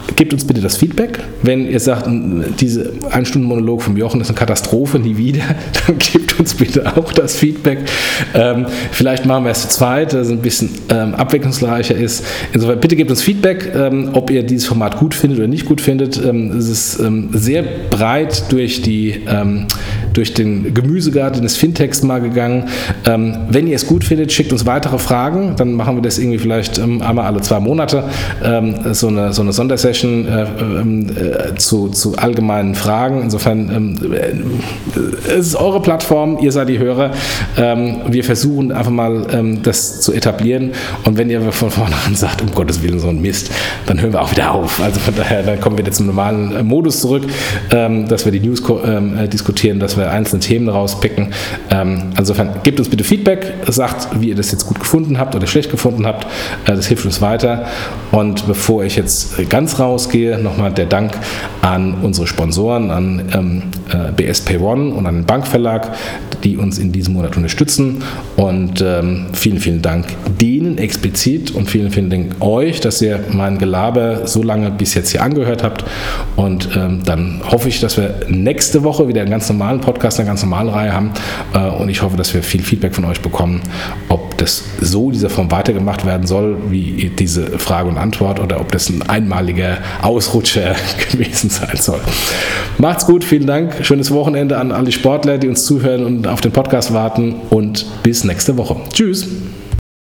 gebt uns bitte das Feedback. Wenn ihr sagt, diese Ein-Stunden-Monolog vom Jochen ist eine Katastrophe, nie wieder, dann gebt uns bitte auch das Feedback. Ähm, vielleicht machen wir es zu zweit, dass es ein bisschen ähm, abwechslungsreicher ist. Insofern, bitte gebt uns Feedback, ähm, ob ihr dieses Format gut findet oder nicht gut findet. Ähm, es ist ähm, sehr breit durch, die, ähm, durch den Gemüsegarten des Fintechs mal gegangen. Ähm, wenn ihr es gut findet, schickt uns weitere Fragen. Dann machen wir das irgendwie vielleicht ähm, einmal alle zwei Monate. Ähm, so, eine, so eine Sondersession äh, äh, zu, zu allgemeinen Fragen. Insofern, ähm, äh, es ist eure Plattform, ihr seid die Hörer. Ähm, wir versuchen einfach mal ähm, das zu etablieren. Und wenn ihr von vornherein sagt, um Gottes Willen, so ein Mist, dann hören wir auch wieder auf. Also von daher, dann kommen wir jetzt zum normalen äh, Modus zurück, ähm, dass wir die News ähm, äh, diskutieren, dass wir einzelne Themen rauspicken. Ähm, insofern, gebt uns bitte Feedback, sagt, wie ihr das jetzt gut gefunden habt oder schlecht gefunden habt. Äh, das hilft uns weiter. Und bevor ich jetzt ganz rausgehe, nochmal der Dank an unsere Sponsoren, an ähm, äh, B S Pay One und an den Bankverlag, die uns in diesem Monat unterstützen. Und ähm, vielen, vielen Dank denen explizit und vielen, vielen Dank euch, dass ihr mein Gelaber so lange bis jetzt hier angehört habt. Und ähm, dann hoffe ich, dass wir nächste Woche wieder einen ganz normalen Podcast, eine ganz normale Reihe haben. Äh, und ich hoffe, dass wir viel Feedback von euch bekommen, ob das so in dieser Form weitergemacht werden soll, wie diese Frage und Antwort, oder ob das ein einmaliger Ausrutscher gewesen sein soll. Macht's gut, vielen Dank. Schönes Wochenende an alle Sportler, die uns zuhören und auf den Podcast warten, und bis nächste Woche. Tschüss.